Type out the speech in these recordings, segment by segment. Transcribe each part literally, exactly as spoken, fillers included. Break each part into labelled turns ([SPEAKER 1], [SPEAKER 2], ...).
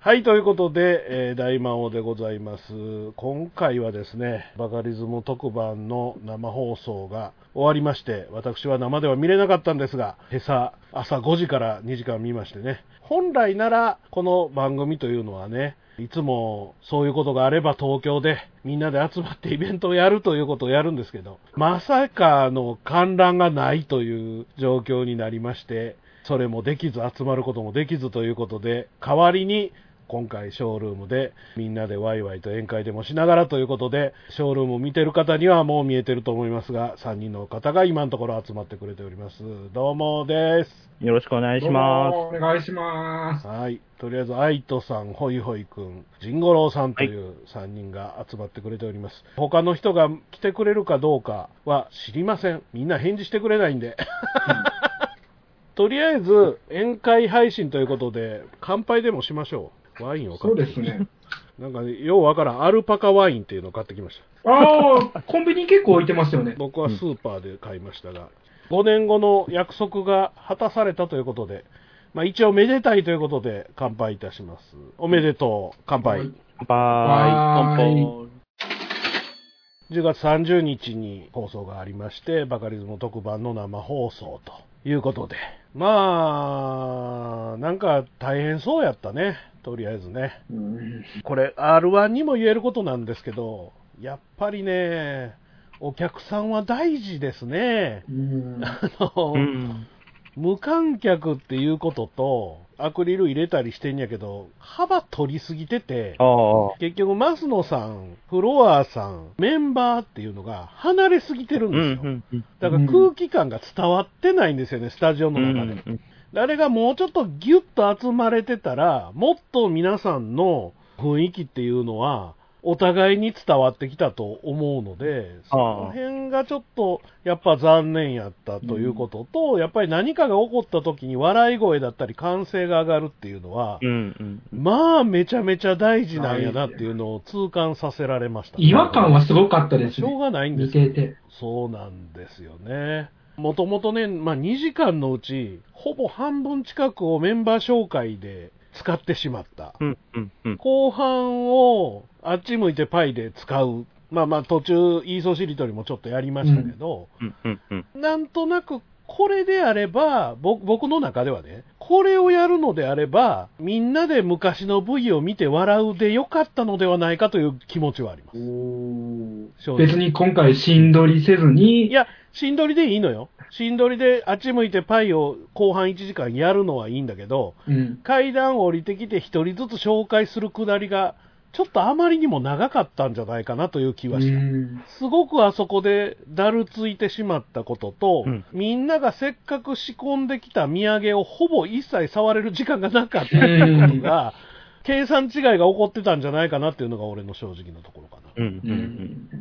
[SPEAKER 1] はい、ということで、えー、大魔王でございます。今回はですね、バカリズム特番の生放送が終わりまして、私は生では見れなかったんですが、今朝朝ごじからにじかん見ましてね、本来ならこの番組というのはね、いつもそういうことがあれば東京でみんなで集まってイベントをやるということをやるんですけど、まさかの観覧がないという状況になりまして、それもできず集まることもできずということで、代わりに今回ショールームでみんなでワイワイと宴会でもしながらということで、ショールームを見てる方にはもう見えてると思いますが、さんにんの方が今のところ集まってくれております。どうもです。
[SPEAKER 2] よろしくお願いします。
[SPEAKER 3] お願いします。
[SPEAKER 1] はい。とりあえず、アイトさん、ホイホイくん、ジンゴロウさんというさんにんが集まってくれております。はい、他の人が来てくれるかどうかは知りません。みんな返事してくれないんで。とりあえず、宴会配信ということで、乾杯でもしましょう。ワインを買ってきました。
[SPEAKER 3] そうですね。
[SPEAKER 1] なんか、ようわからん、アルパカワインっていうのを買ってきました。
[SPEAKER 3] ああ、コンビニ結構置いてますよね。
[SPEAKER 1] 僕はスーパーで買いましたが、ごねんごの約束が果たされたということで、まあ一応めでたいということで乾杯いたします。おめでとう、乾杯。
[SPEAKER 2] 乾杯。乾杯。
[SPEAKER 1] じゅうがつさんじゅうにちに放送がありまして、バカリズム特番の生放送ということで、まあ、なんか大変そうやったね、とりあえずね。うん、これ アールワン にも言えることなんですけど、やっぱりね、お客さんは大事ですね。うん、あの、うん、無観客っていうことと、アクリル入れたりしてんやけど、幅取りすぎてて、結局、増野さん、フロアさん、メンバーっていうのが離れすぎてるんですよ。うんうん、だから空気感が伝わってないんですよね、スタジオの中で。うんうん、あれがもうちょっとギュッと集まれてたら、もっと皆さんの雰囲気っていうのは、お互いに伝わってきたと思うので、その辺がちょっとやっぱ残念やったということと、うん、やっぱり何かが起こった時に笑い声だったり歓声が上がるっていうのは、うんうん、まあめちゃめちゃ大事なんやなっていうのを痛感させられました、ね。
[SPEAKER 3] 違和感はすごかったですね。
[SPEAKER 1] しょうがないんですよ。見てて。そうなんですよね。もともとね、まあにじかんのうち、ほぼ半分近くをメンバー紹介で使ってしまった。うんうんうん、後半をあっち向いてパイで使う。まあまあ途中、イーソしりとりもちょっとやりましたけど、うんうんうんうん、なんとなくこれであれば、僕の中ではね、これをやるのであれば、みんなで昔の ブイ を見て笑うでよかったのではないかという気持ちはあります。
[SPEAKER 3] お別に今回しんどりせずに。
[SPEAKER 1] いや、しんどりでいいのよ。しんどりであっち向いてパイを後半いちじかんやるのはいいんだけど、うん、階段降りてきてひとりずつ紹介するくだりがちょっとあまりにも長かったんじゃないかなという気はした。すごくあそこでだるついてしまったことと、うん、みんながせっかく仕込んできた土産をほぼ一切触れる時間がなかったことが、計算違いが起こってたんじゃないかなっていうのが俺の正直なところかな。うんうんうん、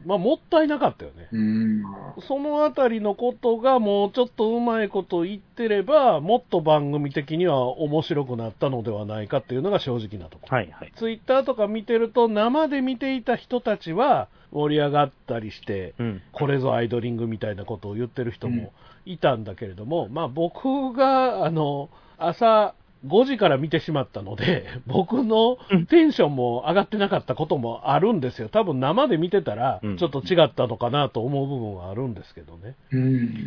[SPEAKER 1] まあもったいなかったよね。うんそのあたりのことがもうちょっとうまいこと言ってれば、もっと番組的には面白くなったのではないかっていうのが正直なところ。はいはい、ツイッターとか見てると生で見ていた人たちは盛り上がったりして、うん、これぞアイドリングみたいなことを言ってる人もいたんだけれども、うん、まあ僕があの朝ごじから見てしまったので、僕のテンションも上がってなかったこともあるんですよ。多分生で見てたら、ちょっと違ったのかなと思う部分はあるんですけどね。うん、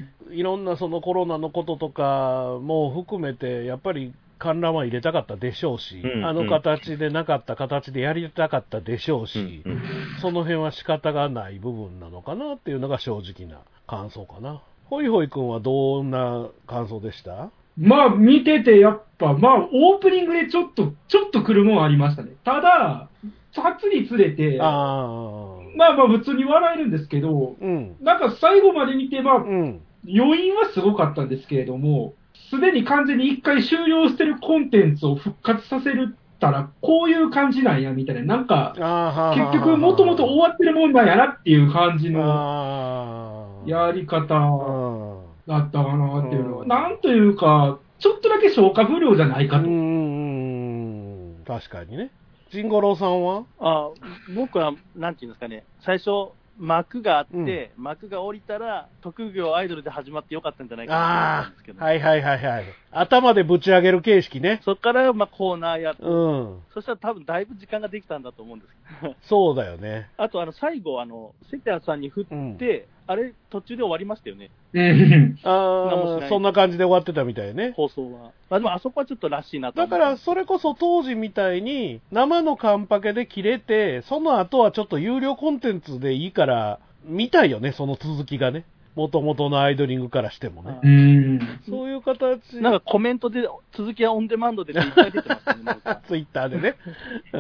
[SPEAKER 1] いろんなそのコロナのこととかも含めて、やっぱり観覧は入れたかったでしょうし、うん、あの形でなかった形でやりたかったでしょうし、うん、その辺は仕方がない部分なのかなっていうのが正直な感想かな。ホイホイ君はどんな感想でした？
[SPEAKER 3] まあ、見てて、やっぱ、まあ、オープニングでちょっと、ちょっと来るもんありましたね。ただ、経つにつれて、あまあまあ、普通に笑えるんですけど、うん、なんか最後まで見て、まあ、うん、余韻はすごかったんですけれども、すでに完全に一回終了してるコンテンツを復活させるったら、こういう感じなんや、みたいな。なんか、結局、もともと終わってるもんなんやなっていう感じの、やり方。だったかなっていうのは、なんというか、ちょっとだけ消化不良じゃないかと。うー
[SPEAKER 1] ん、確かにね。ジンゴロウさんは
[SPEAKER 2] あ僕は、なんていうんですかね、最初、
[SPEAKER 4] 幕があって、うん、幕が降りたら、特業アイドルで始まってよかったんじゃないかなと思うんですけど、ね。
[SPEAKER 1] はいはいはいはい。頭でぶち上げる形式ね。
[SPEAKER 4] そっから、まあ、コーナーやって、うん。そしたら多分だいぶ時間ができたんだと思うんですけど。
[SPEAKER 1] そうだよね。
[SPEAKER 4] あと、あの、最後、あの、関谷さんに振って、うん、あれ、途中で終わりましたよね。
[SPEAKER 1] うん。ああ、そんな感じで終わってたみたいね。
[SPEAKER 4] 放送は。まあ、でもあそこはちょっとらしいなと
[SPEAKER 1] 思って。だから、それこそ当時みたいに、生のカンパケで切れて、その後はちょっと有料コンテンツでいいから、見たいよね、その続きがね。元々のアイドリングからしてもね。
[SPEAKER 3] うん。
[SPEAKER 1] そういう形。
[SPEAKER 4] なんかコメントで、続きはオンデマンドでいっぱい出てますね。
[SPEAKER 1] ツイッターでね。うん。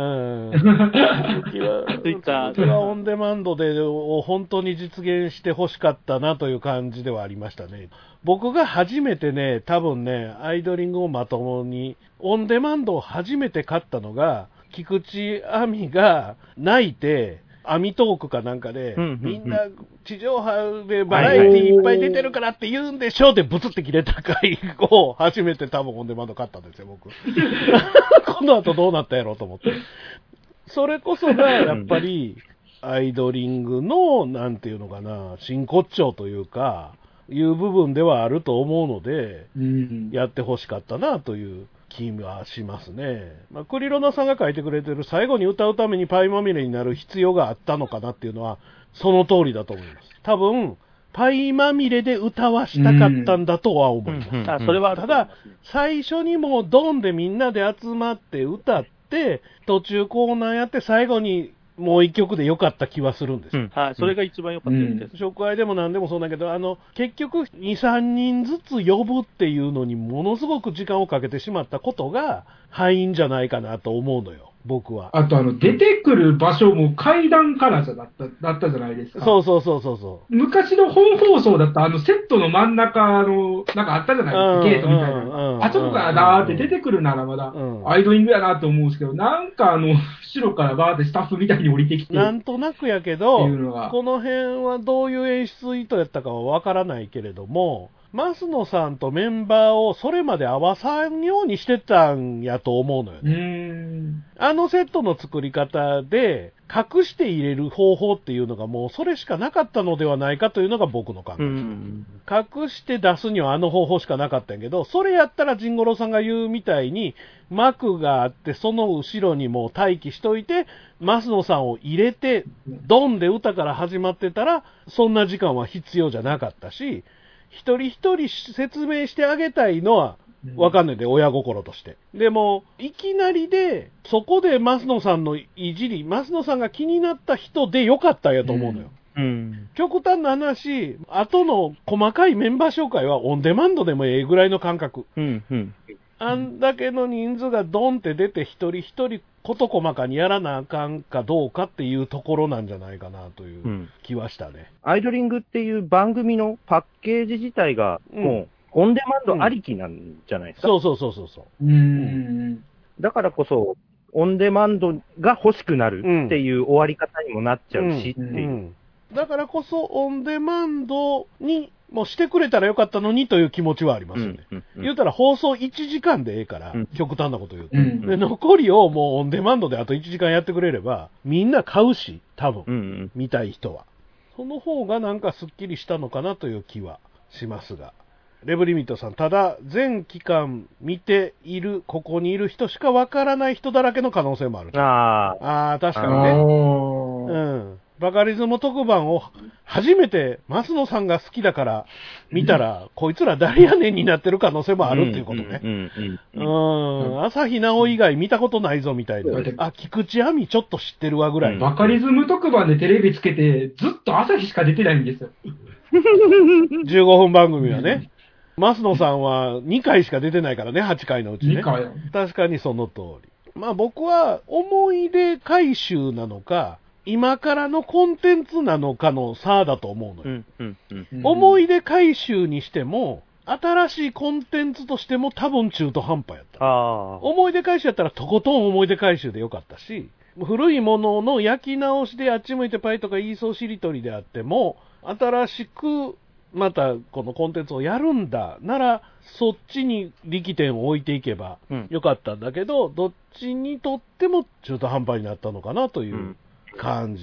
[SPEAKER 1] 続きは、ツイッター。続きはオンデマンドで本当に実現して欲しかったなという感じではありましたね。僕が初めてね、多分ね、アイドリングをまともに、オンデマンドを初めて買ったのが、菊池亜美が泣いて、アミトークかなんかで、うんうんうん、みんな地上波でバラエティいっぱい出てるからって言うんでしょうでブツって切れた回を初めて多分オンデマンド買ったんですよ、僕。この後どうなったやろうと思って。それこそがやっぱりアイドリングの、なんていうのかな、真骨頂というか、いう部分ではあると思うので、うん、やってほしかったなという気はしますね。まあ、クリロナさんが書いてくれてる最後に歌うためにパイまみれになる必要があったのかなっていうのはその通りだと思います。多分パイまみれで歌わしたかったんだとは思います。うんうんうん、
[SPEAKER 4] あそれは
[SPEAKER 1] ただ最初にもうドンでみんなで集まって歌って途中コーナーやって最後にもう一曲で良かった気はするんですよ。うん、
[SPEAKER 4] はい、それが一番良かったみたいです。
[SPEAKER 1] 初回でも何でもそうだけど、あの、結局に、さんにんずつ呼ぶっていうのにものすごく時間をかけてしまったことが敗因じゃないかなと思うのよ、僕は。
[SPEAKER 3] あとあの、出てくる場所も階段からじゃだった、だったじゃないですか。
[SPEAKER 1] そうそうそうそうそう。
[SPEAKER 3] 昔の本放送だったあのセットの真ん中の、なんかあったじゃないですか、ゲートみたいなのが。あそこからだーって出てくるならまだ、アイドリングやなと思うんですけど、なんかあの、後ろからバーってスタッフみたいに降りてきて。
[SPEAKER 1] なんとなくやけど、この辺はどういう演出意図やったかはわからないけれども、増野さんとメンバーをそれまで合わさんようにしてたんやと思うのよね。うーんあのセットの作り方で隠して入れる方法っていうのがもうそれしかなかったのではないかというのが僕の考え。うん隠して出すにはあの方法しかなかったんやけど、それやったらジンゴロさんが言うみたいに幕があってその後ろにもう待機しといて増野さんを入れてドンで歌から始まってたらそんな時間は必要じゃなかったし、一人一人説明してあげたいのはわかんないで、親心として。でも、いきなりで、そこで増野さんのいじり、増野さんが気になった人でよかったんやと思うのよ。うんうん、極端な話、後の細かいメンバー紹介はオンデマンドでもええぐらいの感覚。うんうん、あんだけの人数がドンって出て一人一人事細かにやらなあかんかどうかっていうところなんじゃないかなという気はしたね。
[SPEAKER 2] うん、アイドリングっていう番組のパッケージ自体がもうオンデマンドありきなんじゃないですか。
[SPEAKER 1] うん、そうそうそうそう。
[SPEAKER 2] うーんだからこそオンデマンドが欲しくなるっていう終わり方にもなっちゃうしっていう。うんうん、
[SPEAKER 1] だからこそオンデマンドにもうしてくれたらよかったのにという気持ちはありますよね。うんうんうん、言うたら放送いちじかんでええから、うん、極端なこと言うと、うんうん。で、残りをもうオンデマンドであといちじかんやってくれれば、みんな買うし、多分、うんうん、見たい人は。その方がなんかスッキリしたのかなという気はしますが。レブリミットさん、ただ、全期間見ている、ここにいる人しかわからない人だらけの可能性もある。ああ、確かにね。うん。バカリズム特番を初めて増野さんが好きだから見たら、うん、こいつら誰やねんになってる可能性もあるっていうことね。うん。うん。朝日奈央以外見たことないぞみたいな。あ、菊池亜美ちょっと知ってるわぐらい。
[SPEAKER 3] バカリズム特番でテレビつけて、ずっと朝日しか出てないんですよ。
[SPEAKER 1] じゅうごふん番組はね。増野さんはにかいしか出てないからね、はちかいのうちね。
[SPEAKER 3] にかい。
[SPEAKER 1] 確かにその通り。まあ僕は思い出回収なのか、今からのコンテンツなのかの差だと思うのよ。うんうんうん、思い出回収にしても、新しいコンテンツとしても多分中途半端やった。あ思い出回収やったらとことん思い出回収でよかったし、古いものの焼き直しであっち向いてパイとか言いそうしりとりであっても、新しくまたこのコンテンツをやるんだなら、そっちに力点を置いていけばよかったんだけど、うん、どっちにとっても中途半端になったのかなという感じ。うんうん、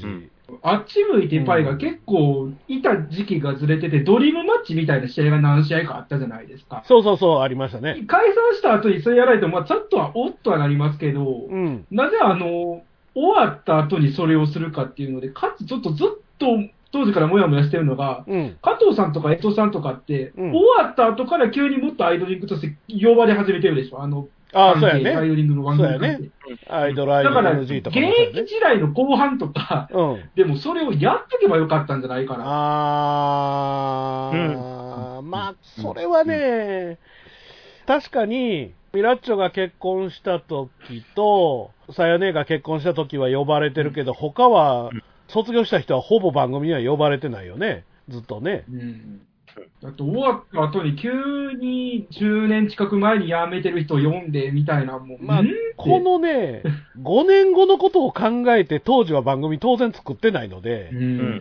[SPEAKER 3] あっち向いてパイが結構いた時期がずれてて、ドリームマッチみたいな試合が何試合かあったじゃないですか。
[SPEAKER 1] そうそうそう、ありましたね。
[SPEAKER 3] 解散した後にそれやられても、まあちょっとはおっとはなりますけど、うん、なぜあの、終わった後にそれをするかっていうので、かつちょっとずっと当時からもやもやしてるのが、うん、加藤さんとか江藤さんとかって、うん、終わった後から急にもっとアイドリングとして呼ばれ始めてるでしょ、あの、
[SPEAKER 1] ああ、そうやね。
[SPEAKER 3] アイドリングの番組関係。
[SPEAKER 1] そうやね。アイドルアイドル エヌジー とか、
[SPEAKER 3] ね。だから、現役時代の後半とか、うん、でもそれをやっとけばよかったんじゃないかな。
[SPEAKER 1] ああ、うん、まあ、それはね、確かに、ミラッチョが結婚した時と、さやねが結婚した時は呼ばれてるけど、他は、卒業した人はほぼ番組には呼ばれてないよね。ずっとね。うん
[SPEAKER 3] だって終わった後に急にじゅうねん近く前に辞めてる人を読んでみたいなもん。
[SPEAKER 1] まあ、このね、ごねんごのことを考えて当時は番組当然作ってないので、うん、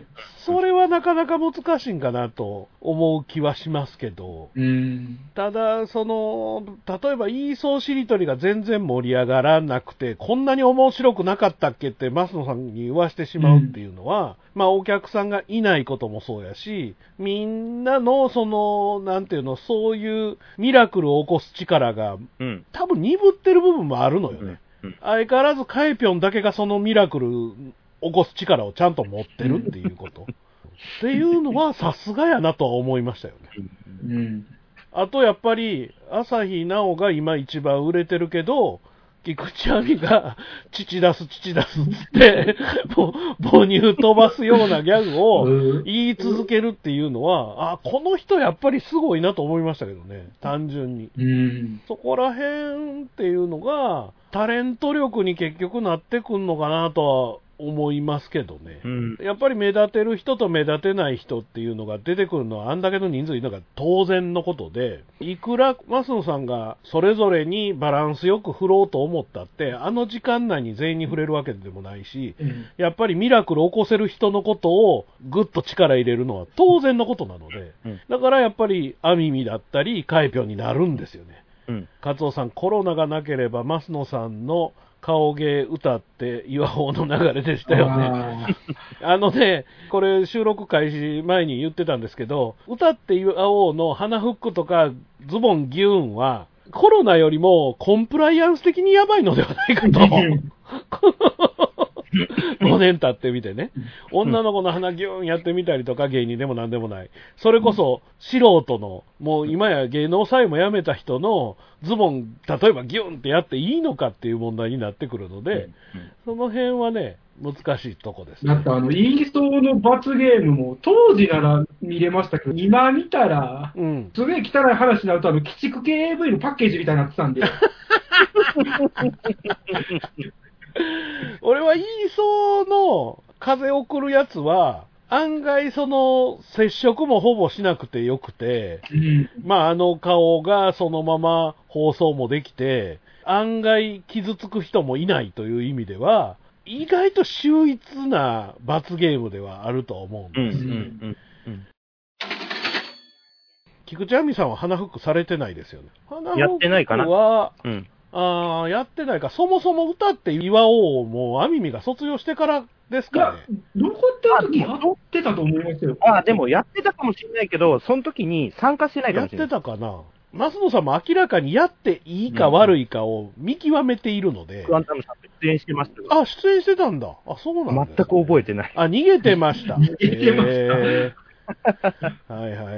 [SPEAKER 1] それはなかなか難しいんかなと思う気はしますけど、うん、ただ、その、例えばイーソーしりとりが全然盛り上がらなくて、こんなに面白くなかったっけって増野さんに言わしてしまうっていうのは、うん、まあお客さんがいないこともそうやし、みんなのその、なんていうの、そういうミラクルを起こす力が、うん、多分鈍ってる部分もあるのよね。うんうん、相変わらずカエピョンだけがそのミラクル起こす力をちゃんと持ってるっていうこと。っていうのはさすがやなとは思いましたよね。うん、あとやっぱり、朝日奈央が今一番売れてるけど、菊池亜美が、父出す、父出すっつって、もう、母乳飛ばすようなギャグを言い続けるっていうのは、あ、この人やっぱりすごいなと思いましたけどね、単純に。うん、そこら辺っていうのが、タレント力に結局なってくんのかなとは思いますけどね、うん、やっぱり目立てる人と目立てない人っていうのが出てくるのはあんだけの人数いるのが当然のことで、いくら増野さんがそれぞれにバランスよく振ろうと思ったってあの時間内に全員に触れるわけでもないし、うん、やっぱりミラクル起こせる人のことをぐっと力入れるのは当然のことなので、うん、だからやっぱりアミミだったりカエピョンになるんですよね。うん、カツオさん、コロナがなければ増野さんの顔芸歌って岩尾の流れでしたよね。あのね、これ収録開始前に言ってたんですけど、歌って岩尾の鼻フックとかズボンギューンはコロナよりもコンプライアンス的にやばいのではないかと。ごねん経ってみてね、女の子の鼻ギューンやってみたりとか、芸人でもなんでもない。それこそ素人の、もう今や芸能さえもやめた人のズボン、例えばギューンってやっていいのかっていう問題になってくるので、その辺はね、難しいとこですね。
[SPEAKER 3] だってあの、イーストの罰ゲームも、当時なら見れましたけど、今見たら、うん、すげえ汚い話になると、あの、鬼畜系 エーブイ のパッケージみたいになってたんで。
[SPEAKER 1] 俺はイーソーの風送るやつは、案外その接触もほぼしなくてよくて、うん、まああの顔がそのまま放送もできて、案外傷つく人もいないという意味では、意外と秀逸な罰ゲームではあると思うんです。うんうんうんうん、菊池亜美さんは鼻フックされてないですよね。鼻フックは
[SPEAKER 2] やってないかな。
[SPEAKER 1] うんああ、やってないか。そもそも歌って岩尾も、アミミが卒業してからですかね。
[SPEAKER 3] いや、残ってる時やってたと思いますよ。
[SPEAKER 2] ああ、でもやってたかもしれないけど、その時に参加してないかもしれない。
[SPEAKER 1] やってたかな。増野さんも明らかにやっていいか悪いかを見極めているので。
[SPEAKER 2] クアンタムさんと出演してましたよ。
[SPEAKER 1] あ、出演してたんだ。あ、そうなんだ、ね。
[SPEAKER 2] 全く覚えてない。
[SPEAKER 1] あ、逃げてました。
[SPEAKER 3] 逃げてました。
[SPEAKER 1] えーはいはいはいはい。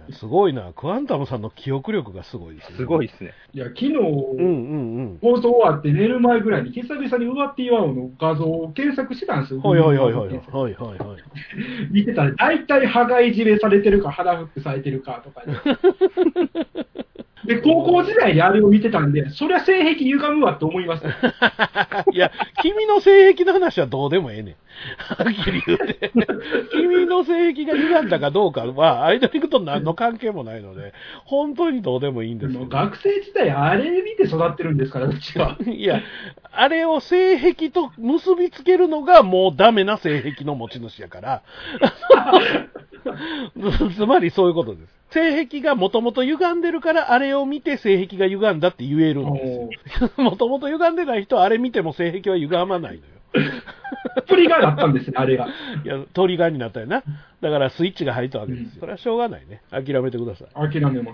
[SPEAKER 1] すごいな。クアンタムさんの記憶力がすごいですね。
[SPEAKER 2] すごいですね。
[SPEAKER 3] いや、昨日、うんうんうん、放送終わって寝る前ぐらいに久々にうわって岩尾の画像を検索してたんですよ。
[SPEAKER 1] はいはいはいはい。はいはいはい。
[SPEAKER 3] 見てたら、だいたい歯がいじめされてるか、鼻フックされてるかとかね。で、高校時代にあれを見てたんで、そりゃ性癖歪むわって思います。
[SPEAKER 1] いや、君の性癖の話はどうでもええねん。はっきり言うて。君の性癖が歪んだかどうかは、アイドリングと何の関係もないので、本当にどうでもいいんですけど。
[SPEAKER 3] 学生時代あれ見て育ってるんですから、うちは。
[SPEAKER 1] いや、あれを性癖と結びつけるのがもうダメな性癖の持ち主やから。つまりそういうことです。性癖がもともと歪んでるから、あれを見て性癖が歪んだって言えるんですよ。もともと歪んでない人はあれ見ても性癖は歪まないのよ。
[SPEAKER 3] トリガーだったんですね、あれが。
[SPEAKER 1] いや、トリガーになったよな。だからスイッチが入ったわけです。うん、それはしょうがないね。諦めてください。
[SPEAKER 3] 諦めます。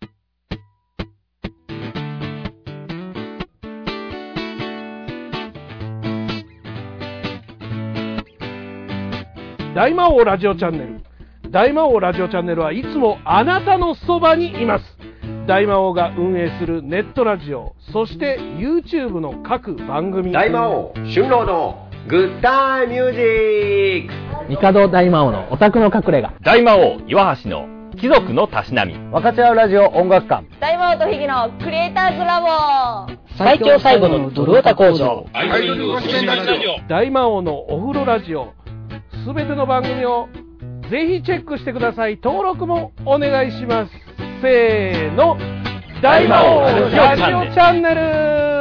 [SPEAKER 1] 大魔王ラジオチャンネル。大魔王ラジオチャンネルはいつもあなたのそばにいます。大魔王が運営するネットラジオ、そして YouTube の各番組。
[SPEAKER 5] 大魔王春郎のグッタイミュージック。
[SPEAKER 6] 帝大魔王のオタクの隠れ家。
[SPEAKER 7] 大魔王岩橋の貴族のたしなみ。
[SPEAKER 6] 分かち合うラジオ音楽館。
[SPEAKER 8] 大魔王とヒゲのクリエイターズラボ。
[SPEAKER 6] 最強最後のドルオタ工場。
[SPEAKER 7] アイドルご出演ラジオ。
[SPEAKER 1] 大魔王のお風呂ラジオ。すべての番組をぜひチェックしてください。登録もお願いします。せーの、大魔王ラジオチャンネル。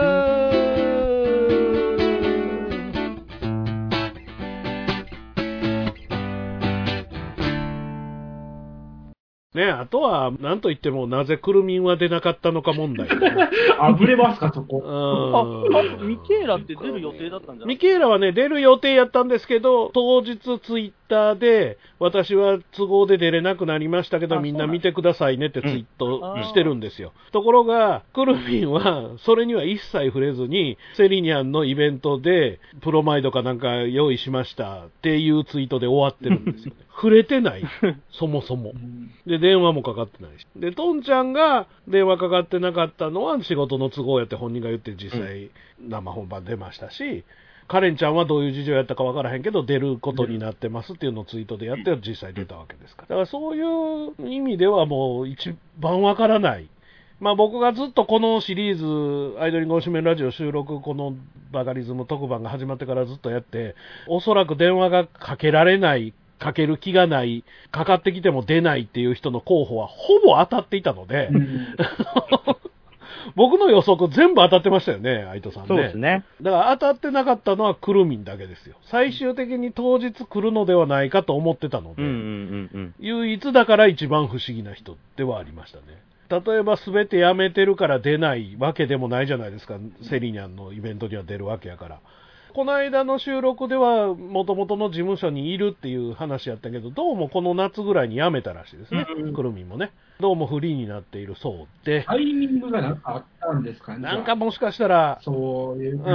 [SPEAKER 1] ね、あとは、なんと言っても、なぜクルミンは出なかったのか問題、ね。
[SPEAKER 3] あぶれますか、そこ。
[SPEAKER 4] あ、ミケーラって出る予定だったんじゃない？
[SPEAKER 1] ミケーラはね、出る予定やったんですけど、当日ツイッターで、私は都合で出れなくなりましたけど、みんな見てくださいねってツイートしてるんですよ。うん、ところが、クルミンは、それには一切触れずに、セリニャンのイベントで、プロマイドかなんか用意しましたっていうツイートで終わってるんですよね。触れてない。そもそも。で、電話もかかってないし。で、トンちゃんが電話かかってなかったのは仕事の都合やって本人が言って実際生本番出ましたし、カレンちゃんはどういう事情やったかわからへんけど出ることになってますっていうのをツイートでやって実際出たわけですから。だからそういう意味ではもう一番わからない。まあ僕がずっとこのシリーズ、アイドリング推しメンラジオ収録、このバカリズム特番が始まってからずっとやって、おそらく電話がかけられない、かける気がない、かかってきても出ないっていう人の候補はほぼ当たっていたので、うん、僕の予測全部当たってましたよね、愛斗さんね。
[SPEAKER 2] そうですね。
[SPEAKER 1] だから当たってなかったのはクルミンだけですよ。最終的に当日来るのではないかと思ってたので、うんうんうんうん、唯一だから一番不思議な人ではありましたね。例えば全てやめてるから出ないわけでもないじゃないですか。セリニャンのイベントには出るわけやから。この間の収録では元々の事務所にいるっていう話やったけど、どうもこの夏ぐらいに辞めたらしいですね、うん、クルミンもね。どうもフリーになっているそうで。
[SPEAKER 3] タイミングがなんかあったんですかね。
[SPEAKER 1] なんかもしかしたら、
[SPEAKER 3] そういう、
[SPEAKER 1] うん、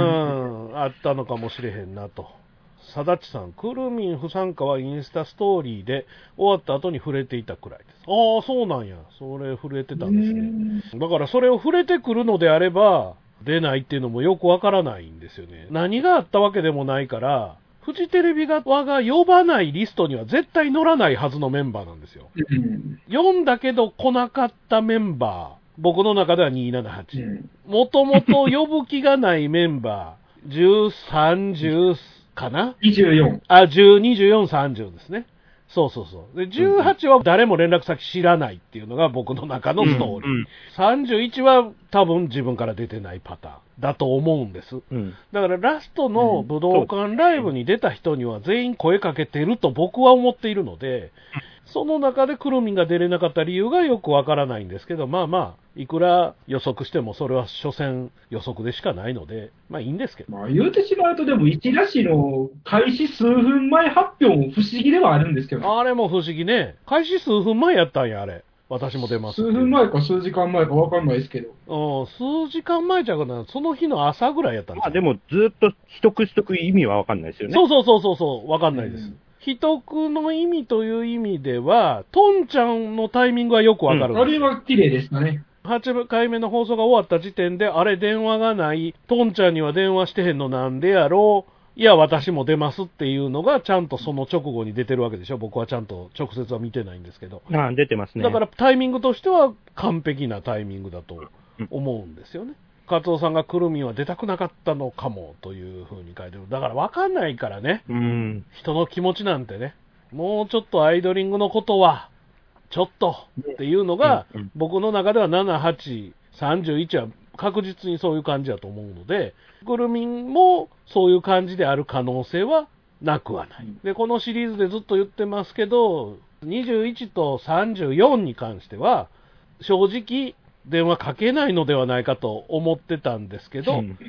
[SPEAKER 1] あったのかもしれへんなと。さだちさん、クルミン不参加はインスタストーリーで終わった後に触れていたくらいです。ああ、そうなんや。それ触れてたんですね。だからそれを触れてくるのであれば、出ないっていうのもよくわからないんですよね。何があったわけでもないから、フジテレビ側が呼ばないリストには絶対載らないはずのメンバーなんですよ。呼んだけど来なかったメンバー、僕の中ではにひゃくななじゅうはち。もともと呼ぶ気がないメンバー、じゅうさん、じゅうかな ?
[SPEAKER 3] にじゅうよん。
[SPEAKER 1] あ、じゅう、にじゅうよん、さんじゅうですね。そうそうそう。で、じゅうはちは誰も連絡先知らないっていうのが僕の中のストーリー。うんうん、さんじゅういちは多分自分から出てないパターンだと思うんです。うん、だからラストの武道館ライブに出た人には全員声かけてると僕は思っているので、その中でクルミンが出れなかった理由がよくわからないんですけど、まあまあ、いくら予測してもそれは所詮予測でしかないので、まあいいんですけど。
[SPEAKER 3] まあ言うてしまうとでも、一ラシの開始数分前発表も不思議ではあるんですけど。
[SPEAKER 1] あれも不思議ね。開始数分前やったんや、あれ。私も出ます。
[SPEAKER 3] 数分前か数時間前かわかんないですけど。
[SPEAKER 1] うん、数時間前じゃうかな。その日の朝ぐらいやったんです
[SPEAKER 2] まあでもずっと一口一口意味はわかんないですよね。
[SPEAKER 1] そうそうそうそうそう、わかんないです。うん秘匿の意味という意味では、トンちゃんのタイミングはよくわかる、
[SPEAKER 3] うん。あれは綺麗でしたね。
[SPEAKER 1] はちかいめの放送が終わった時点で、あれ電話がない、トンちゃんには電話してへんのなんでやろう、いや私も出ますっていうのがちゃんとその直後に出てるわけでしょ。僕はちゃんと直接は見てないんですけど。
[SPEAKER 2] ああ、出てますね。
[SPEAKER 1] だからタイミングとしては完璧なタイミングだと思うんですよね。カツオさんがクルミンは出たくなかったのかもという風に書いてる。だから分かんないからね。うん。人の気持ちなんてね。もうちょっとアイドリングのことは、ちょっとっていうのが、うんうん、僕の中ではなな、はち、さんじゅういちは確実にそういう感じだと思うので、クルミンもそういう感じである可能性はなくはない。で、このシリーズでずっと言ってますけど、にじゅういちとさんじゅうよんに関しては、正直電話かけないのではないかと思ってたんですけど、うん、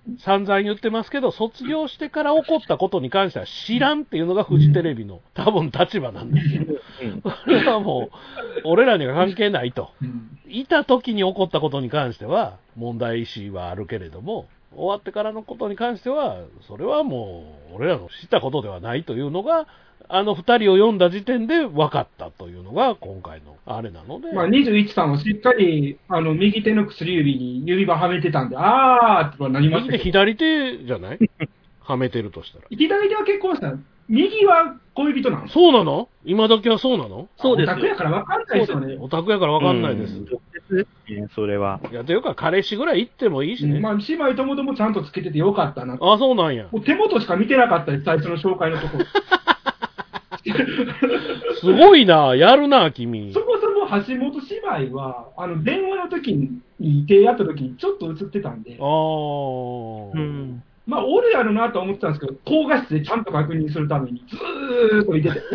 [SPEAKER 1] 散々言ってますけど、卒業してから起こったことに関しては知らんっていうのがフジテレビの多分立場なんですよ。これはもう、俺らには関係ないと。いた時に起こったことに関しては問題意識はあるけれども、終わってからのことに関しては、それはもう、俺らの知ったことではないというのが、あの二人を読んだ時点で分かったというのが、今回のあれなので。
[SPEAKER 3] まあ、にじゅういちさんはしっかり、あの、右手の薬指に指輪はめてたんで、あーってなりましたけど。
[SPEAKER 1] 右手、左手じゃないはめてるとしたら。
[SPEAKER 3] 左手は結婚したの？右は恋人なの？
[SPEAKER 1] そうなの？今時はそうなの？
[SPEAKER 2] そうです。
[SPEAKER 3] オタクやから分かんないですよね。
[SPEAKER 1] オタクやから分かんないです。
[SPEAKER 2] 直接ですね、それは。
[SPEAKER 1] いや、というか、彼氏ぐらい行ってもいいしね。
[SPEAKER 3] うん、まあ、姉妹ともどもちゃんとつけててよかったな。
[SPEAKER 1] あ、そうなんや。
[SPEAKER 3] もう手元しか見てなかったです、最初の紹介のところ。
[SPEAKER 1] すごいな、やるな、君。
[SPEAKER 3] そもそも橋本姉妹は、あの、電話の時に、手やった時にちょっと映ってたんで。
[SPEAKER 1] ああ。
[SPEAKER 3] うん。まあ、おるやろなとは思ってたんですけど、高画質でちゃんと確認するために、ずーっといてて。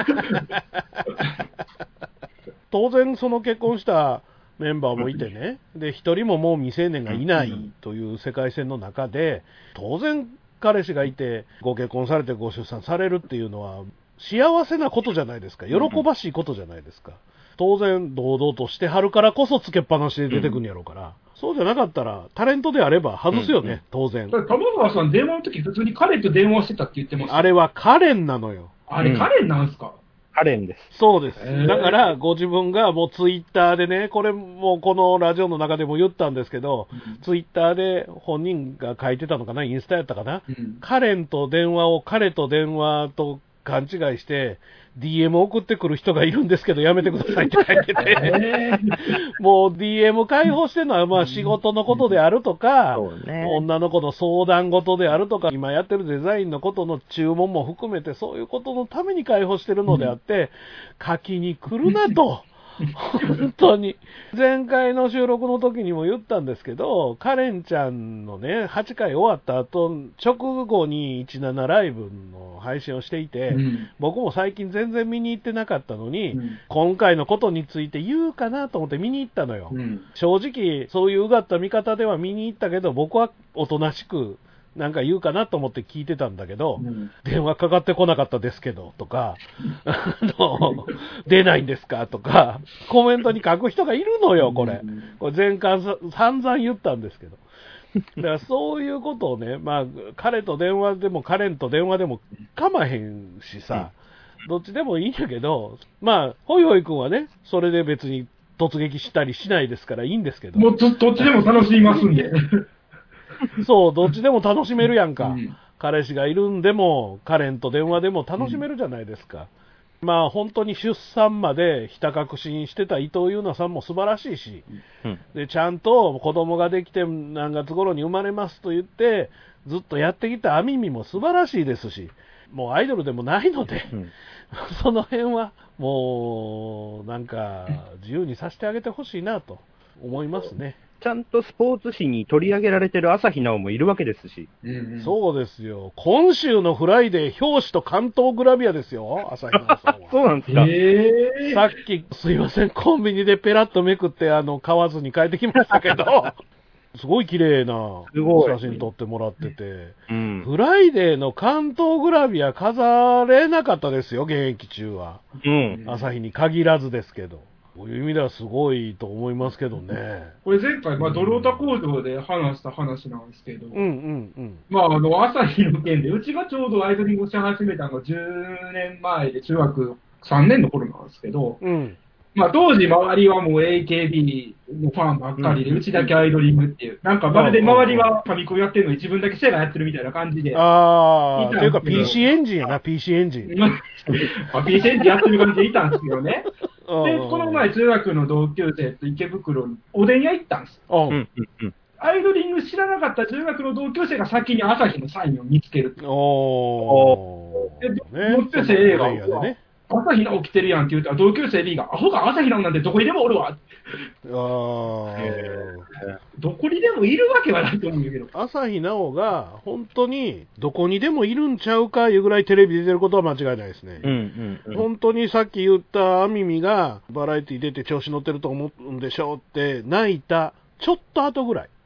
[SPEAKER 1] 当然、その結婚したメンバーもいてね、で、一人ももう未成年がいないという世界線の中で、当然、彼氏がいて、ご結婚されてご出産されるっていうのは、幸せなことじゃないですか。喜ばしいことじゃないですか。当然、堂々としてはるからこそつけっぱなしで出てくるんやろうから。そうじゃなかったら、タレントであれば外すよね、当然。
[SPEAKER 3] 玉川さん、電話の時普通に彼と電話してたって言ってました。
[SPEAKER 1] あれはカレンなのよ。
[SPEAKER 3] あれ、カレンなんすか？
[SPEAKER 2] カレンです。
[SPEAKER 1] そうです。だから、ご自分がもうツイッターでね、これもこのラジオの中でも言ったんですけど、うん、ツイッターで本人が書いてたのかな、インスタやったかな、うん、カレンと電話を彼と電話と勘違いして、ディーエム 送ってくる人がいるんですけど、やめてくださいって書いてて、えー、もう ディーエム 開放してるのはまあ仕事のことであるとか、うんね、女の子の相談事であるとか、今やってるデザインのことの注文も含めて、そういうことのために開放してるのであって、書きに来るなと。本当に。前回の収録の時にも言ったんですけど、カレンちゃんのね、はちかい終わった後、直後にじゅうななライブの配信をしていて、うん、僕も最近全然見に行ってなかったのに、うん、今回のことについて言うかなと思って見に行ったのよ。うん、正直、そういううがった見方では見に行ったけど、僕はおとなしく、なんか言うかなと思って聞いてたんだけど、うん、電話かかってこなかったですけど、とか、あの、出ないんですかとか、コメントに書く人がいるのよ、これ。これ前回散々言ったんですけど。だからそういうことをね、まあ、彼と電話でも、カレンと電話でもかまへんしさ、どっちでもいいんだけど、まあ、ホイホイ君はね、それで別に突撃したりしないですからいいんですけど。
[SPEAKER 3] もうど、どっちでも楽しみますんで。
[SPEAKER 1] そう、どっちでも楽しめるやんか。うん、彼氏がいるんでも、カレンと電話でも楽しめるじゃないですか。うん、まあ本当に出産までひた隠しにしてた伊藤優奈さんも素晴らしいし、うん、でちゃんと子供ができて何月頃に生まれますと言って、ずっとやってきたあみみも素晴らしいですし、もうアイドルでもないので、うん、その辺はもうなんか自由にさせてあげてほしいなと思いますね。
[SPEAKER 2] ちゃんとスポーツ紙に取り上げられてる朝日奈央もいるわけですし。
[SPEAKER 1] うんうん、そうですよ。今週のフライデー、表紙と関東グラビアですよ、朝日奈央さんは。
[SPEAKER 2] そうなんですか。
[SPEAKER 1] えー、さっき、すいません、コンビニでペラッとめくって、あの、買わずに帰ってきましたけど、すごい綺麗な写真撮ってもらってて、うん、フライデーの関東グラビア飾れなかったですよ、現役中は。うん、朝日に限らずですけど。こういう意味ではすごいと思いますけどね。
[SPEAKER 3] これ前回、まあ、ドロータ工場で話した話なんですけど、
[SPEAKER 1] うんうんうん。
[SPEAKER 3] まあ、あの、朝日の件で、うちがちょうどアイドリングをし始めたのがじゅうねんまえで中学さんねんの頃なんですけど、うん。まあ、当時周りはもう エーケービー のファンばっかりで、うん、うちだけアイドリングっていう、なんかまるで周りはファミコンやってるのに自分だけセガやってるみたいな感じで。
[SPEAKER 1] ああ、というか ピーシー エンジンやな、ピーシー エンジン。
[SPEAKER 3] まあ、ピーシー エンジンやってる感じでいたんですけどね。で、この前中学の同級生と池袋におでん屋行ったんです。うんうんうん、アイドリング知らなかった中学の同級生が先に朝日のサインを見つける。おー。で、同級生 A が、ね、朝日奈央来てるやんって言うたら同級生 B が、アホか朝日奈央なんてどこにでもおるわ。あえー、どこにでもいるわけはないと思うんだけど。
[SPEAKER 1] 朝日奈央が本当にどこにでもいるんちゃうかいうぐらいテレビ出てることは間違いないですね。うんうんうん、本当にさっき言ったあみみがバラエティ出て調子乗ってると思うんでしょうって泣いたちょっと後ぐらい。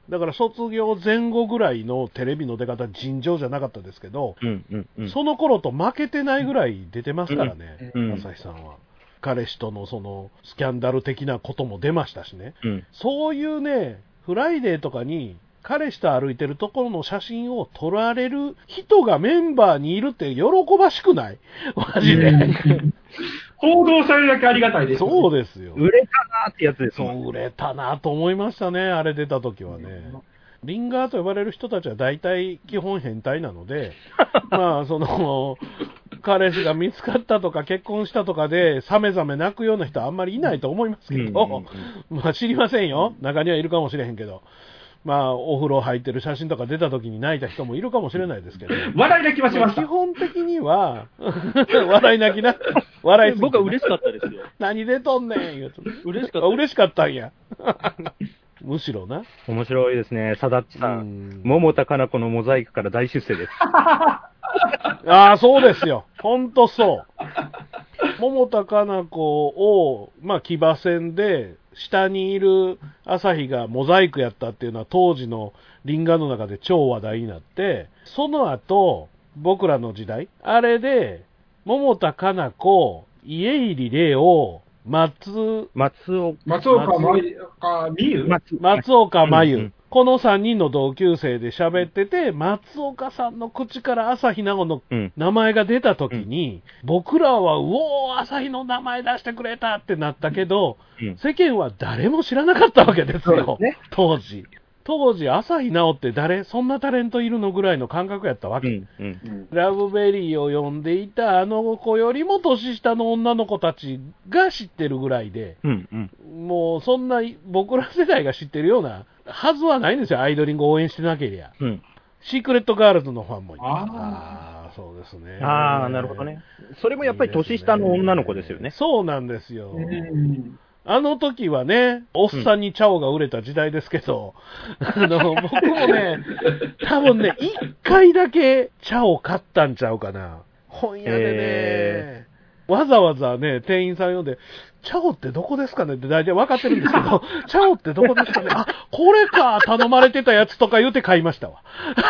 [SPEAKER 1] だから卒業前後ぐらいのテレビの出方、尋常じゃなかったですけど、うんうんうん、その頃と負けてないぐらい出てますからね、うんうん、朝日さんは。彼氏とのそのスキャンダル的なことも出ましたしね、うん、そういうね、フライデーとかに彼氏と歩いてるところの写真を撮られる人がメンバーにいるって喜ばしくない？マジで。
[SPEAKER 3] 報道されるだけありがたいです、
[SPEAKER 1] ね。そうですよ。
[SPEAKER 2] 売れたなーってやつです
[SPEAKER 1] もん。そう、売れたなと思いましたね、あれ出た時はね。リンガーと呼ばれる人たちは大体基本変態なので、まあ、その、彼氏が見つかったとか結婚したとかで、さめざめ泣くような人はあんまりいないと思いますけど、うんうんうん、まあ知りませんよ。中にはいるかもしれへんけど。まあ、お風呂入ってる写真とか出た時に泣いた人もいるかもしれないですけど。
[SPEAKER 3] 笑い泣きはしました。
[SPEAKER 1] 基本的には、笑い泣きな。笑い
[SPEAKER 4] 僕は嬉しかったですよ。
[SPEAKER 1] 何出とんねん、言うと。
[SPEAKER 4] 嬉しかった。
[SPEAKER 1] 嬉しかったんや。むしろな。
[SPEAKER 2] 面白いですね、サダッチさん。桃田かな子のモザイクから大出世です。
[SPEAKER 1] ああ、そうですよ。ほんとそう。桃田かな子を、まあ、騎馬戦で、下にいる朝日がモザイクやったっていうのは当時のリンガの中で超話題になって、その後、僕らの時代、あれで、桃田かな子、家入レオ、松、
[SPEAKER 2] 松尾、
[SPEAKER 3] 松岡真優
[SPEAKER 1] 松岡真優。このさんにんの同級生で喋ってて、松岡さんの口から朝日奈央の名前が出たときに、うん、僕らは、うおー、朝日の名前出してくれたってなったけど、うん、世間は誰も知らなかったわけですよ、ね、当時。当時、朝日奈央って誰？そんなタレントいるのぐらいの感覚やったわけ。うんうん、ラブベリーを読んでいたあの子よりも年下の女の子たちが知ってるぐらいで、うんうん、もうそんな僕ら世代が知ってるようなはずはないんですよ、アイドリング応援してなければ、うん。シークレットガールズのファンもいます。ああ、そうですね。
[SPEAKER 2] ああ、なるほどね。それもやっぱり年下の女の子ですよね。
[SPEAKER 1] そうなんですよ。うんあの時はね、おっさんにチャオが売れた時代ですけど、うん、あの、僕もね、多分ね、一回だけチャオ買ったんちゃうかな。本屋でね、えー、わざわざね、店員さん呼んで、チャオってどこですかねって大体分かってるんですけど、チャオってどこですかねあ、これか、頼まれてたやつとか言うて買いましたわ。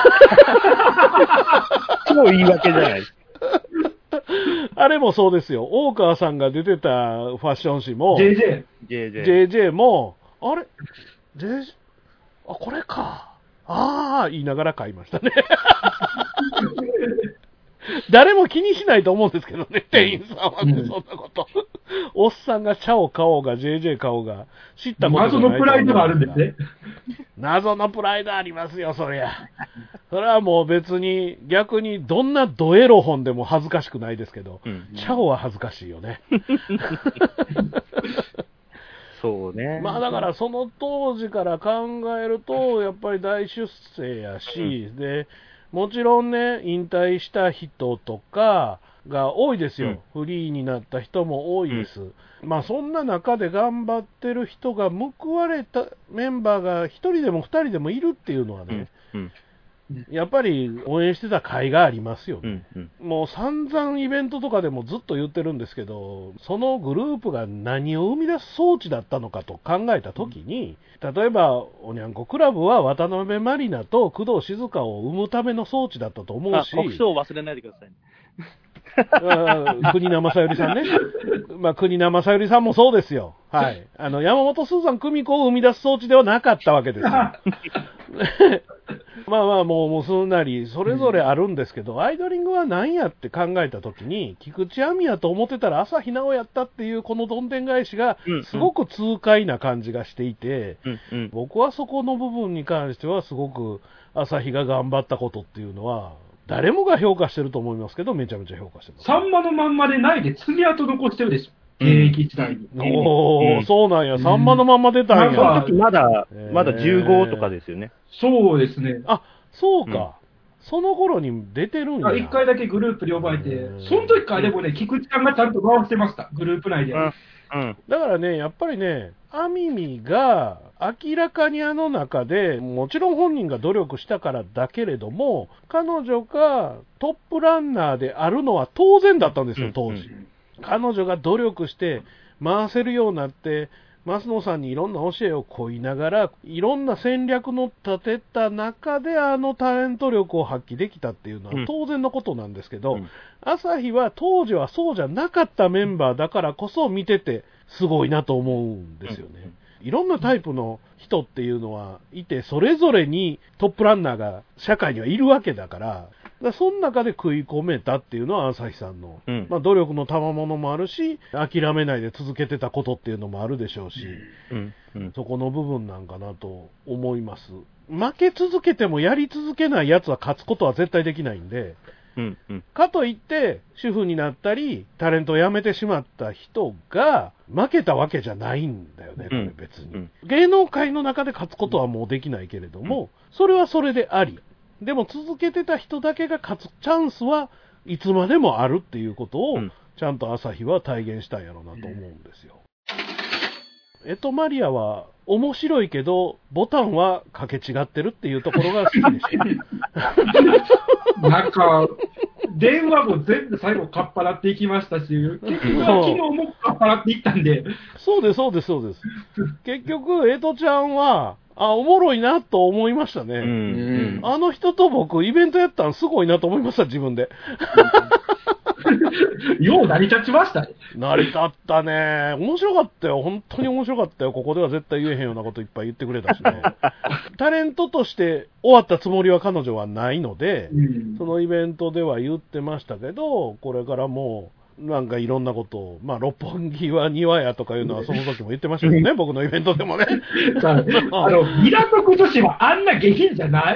[SPEAKER 2] 超言い訳じゃないですか。
[SPEAKER 1] あれもそうですよ。大川さんが出てたファッション誌も、
[SPEAKER 3] ジェイジェイ。
[SPEAKER 1] ジェイジェイ。ジェイジェイ も、あれ ジェイジェイ、あ、これか。ああ、言いながら買いましたね。誰も気にしないと思うんですけどね、店員さんはね、うん、そんなこと。おっさんがチャオ買おうが、ジェイジェイ 買おうが、知ったことないと思う。
[SPEAKER 3] 謎のプライドがあるんですね。
[SPEAKER 1] 謎のプライドありますよ、そりゃ。それはもう別に、逆にどんなドエロ本でも恥ずかしくないですけど、うん、チャオは恥ずかしいよね。
[SPEAKER 2] そうね。
[SPEAKER 1] まあだからその当時から考えると、やっぱり大出世やし、うん、で、もちろんね、引退した人とかが多いですよ。うん、フリーになった人も多いです。うん、まあそんな中で頑張ってる人が報われたメンバーが一人でも二人でもいるっていうのはね、うんうんやっぱり応援してた甲斐がありますよね、うんうん、もう散々イベントとかでもずっと言ってるんですけど、そのグループが何を生み出す装置だったのかと考えたときに、例えばおにゃんこクラブは渡辺満里奈と工藤静香を生むための装置だったと思うし、
[SPEAKER 4] 国葬を忘れないでくださいね。
[SPEAKER 1] 国名正頼さんね。まあ、国名正頼さんもそうですよ。はい。あの、山本スーザン久美子を生み出す装置ではなかったわけですよ。まあまあ、もう、もうすんなり、それぞれあるんですけど、うん、アイドリングは何やって考えたときに、菊池亜美やと思ってたら朝日奈央やったっていうこのどんでん返しが、すごく痛快な感じがしていて、うんうん、僕はそこの部分に関しては、すごく朝日が頑張ったことっていうのは、誰もが評価してると思いますけど、めちゃめちゃ評価してます。
[SPEAKER 3] サンマのまんまでないで爪痕残してるでしょ。現役時代に。
[SPEAKER 1] おー、うん、そうなんや。サンマのまんま出たんや。
[SPEAKER 2] その時まだ、まだじゅうごとかですよね。
[SPEAKER 3] そうですね。
[SPEAKER 1] あ、そうか。うん、その頃に出てるんや。
[SPEAKER 3] 一回だけグループで呼ばれて、その時からでもね、菊池さんがちゃんと回してました。グループ内で。うん
[SPEAKER 1] うん、だからね、やっぱりね、アミミが明らかにあの中で、もちろん本人が努力したからだけれども、彼女がトップランナーであるのは当然だったんですよ、当時。うんうん、彼女が努力して回せるようになって、 増野さんにいろんな教えを請いながら、いろんな戦略の立てた中で、あのタレント力を発揮できたっていうのは当然のことなんですけど、うん、朝日は当時はそうじゃなかったメンバーだからこそ見ててすごいなと思うんですよね。うんいろんなタイプの人っていうのはいて、それぞれにトップランナーが社会にはいるわけだから、だからその中で食い込めたっていうのは朝日さんの、うんまあ、努力の賜物もあるし、諦めないで続けてたことっていうのもあるでしょうし、うんうん、そこの部分なんかなと思います。負け続けてもやり続けないやつは勝つことは絶対できないんで、うんうん、かといって主婦になったりタレントを辞めてしまった人が負けたわけじゃないんだよね、これ別に、うんうん、芸能界の中で勝つことはもうできないけれども、うん、それはそれであり、でも続けてた人だけが勝つチャンスはいつまでもあるっていうことを、うん、ちゃんと朝日は体現したんやろうなと思うんですよ。エトマリアは面白いけどボタンはかけ違ってるっていうところが好きでした
[SPEAKER 3] なんか電話も全部最後かっぱらっていきましたし、結局は昨日もかっぱらっていったんで
[SPEAKER 1] そうですそうですそうです結局エトちゃんはあおもろいなと思いましたね、うんうん、あの人と僕イベントやったんすごいなと思いました自分で
[SPEAKER 3] よう成り立ちましたね。
[SPEAKER 1] 成り立ったね。面白かったよ。本当に面白かったよ。ここでは絶対言えへんようなこといっぱい言ってくれたしね。タレントとして終わったつもりは彼女はないので、うん、そのイベントでは言ってましたけど、これからもうなんかいろんなことを、まあ六本木は庭やとかいうのはその時も言ってましたけどね、僕のイベントでもね。
[SPEAKER 3] あの、港区女子はあんな下品じゃない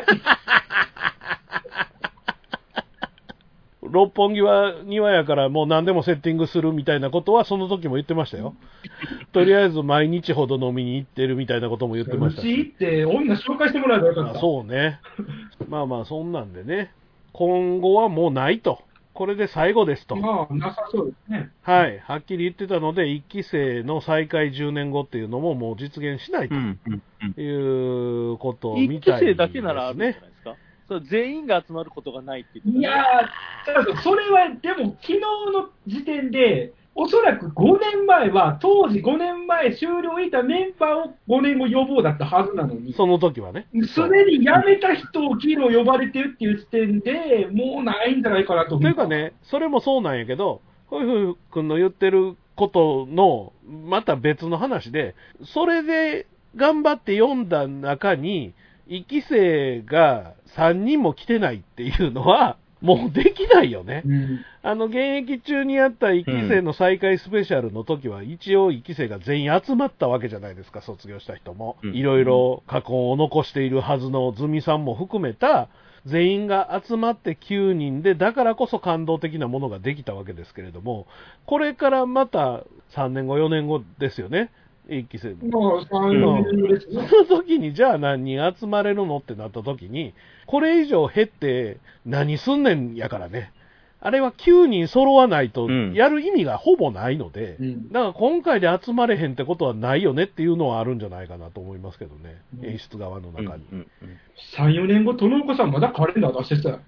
[SPEAKER 1] 六本木は庭やからもう何でもセッティングするみたいなことはその時も言ってましたよ。とりあえず毎日ほど飲みに行ってるみたいなことも言ってましたし。
[SPEAKER 3] うち行って女紹介してもらえばよかった。
[SPEAKER 1] そうね。まあまあそんなんでね。今後はもうないと。これで最後ですと。
[SPEAKER 3] まあなさそうですね。
[SPEAKER 1] はい。はっきり言ってたので、いっき生の再開じゅうねんごっていうのももう実現しないということみたいですね。
[SPEAKER 4] いっき生だけならあるんじゃないですか。そ全員が集まることがないって言って、
[SPEAKER 3] いやー、それはでも昨日の時点で、おそらくごねんまえは、当時ごねんまえ終了いたメンバーをごねんご呼ぼうだったはずなのに、
[SPEAKER 1] その時はね、
[SPEAKER 3] すでに辞めた人を昨日呼ばれてるっていう時点で、もうないんじゃないかなと思う。
[SPEAKER 1] というかね、それもそうなんやけど、ホイフ君の言ってることの、また別の話で、それで頑張って読んだ中に、いっき生がさんにんも来てないっていうのはもうできないよね、うん、あの現役中にやったいっき生の再開スペシャルの時は一応いっき生が全員集まったわけじゃないですか。卒業した人もいろいろ過去を残しているはずのズミさんも含めた全員が集まってきゅうにんで、だからこそ感動的なものができたわけですけれども、これからまたさんねんごよねんごですよね、いっき生の。その時にじゃあ何人集まれるのってなった時に、これ以上減って何すんねんやからね。あれはきゅうにん揃わないとやる意味がほぼないので、うん、だから今回で集まれへんってことはないよねっていうのはあるんじゃないかなと思いますけどね、うん、演出側の中に。うんうんうん、
[SPEAKER 3] さん、よねんご、殿岡さんまだカレンダー出してたよ。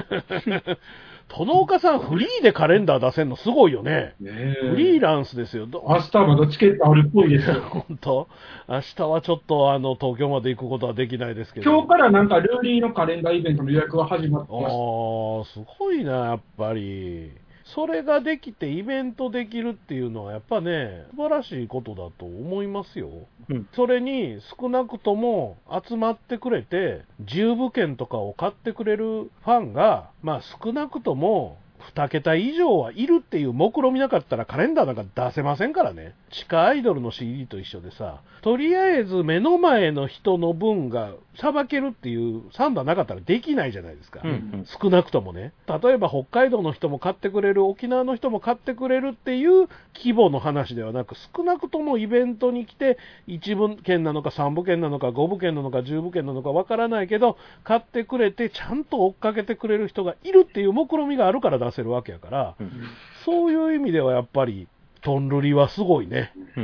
[SPEAKER 1] 殿岡さんフリーでカレンダー出せるのすごいよね。ねフリーランスですよ。
[SPEAKER 3] 明日まだチケットあるっぽいですよ。
[SPEAKER 1] 本当？明日はちょっとあの東京まで行くことはできないですけど。
[SPEAKER 3] 今日からなんかルーリーのカレンダーイベントの予約が始まってます。
[SPEAKER 1] ああ、すごいな、やっぱり。それができてイベントできるっていうのはやっぱね、素晴らしいことだと思いますよ、うん、それに少なくとも集まってくれてじゅうぶけんとかを買ってくれるファンが、まあ少なくともにけた以上はいるっていう目論みなかったらカレンダーなんか出せませんからね。地下アイドルの シーディー と一緒でさ、とりあえず目の前の人の分がさばけるっていう算段なかったらできないじゃないですか、うんうん、少なくともね。例えば北海道の人も買ってくれる、沖縄の人も買ってくれるっていう規模の話ではなく、少なくともイベントに来ていちぶけんなのかさんぶけんなのかごぶけんなのかじゅうぶけんなのかわからないけど買ってくれてちゃんと追っかけてくれる人がいるっていう目論みがあるから出せるわけやから、うん、そういう意味ではやっぱりトンルリはすごいね、うん、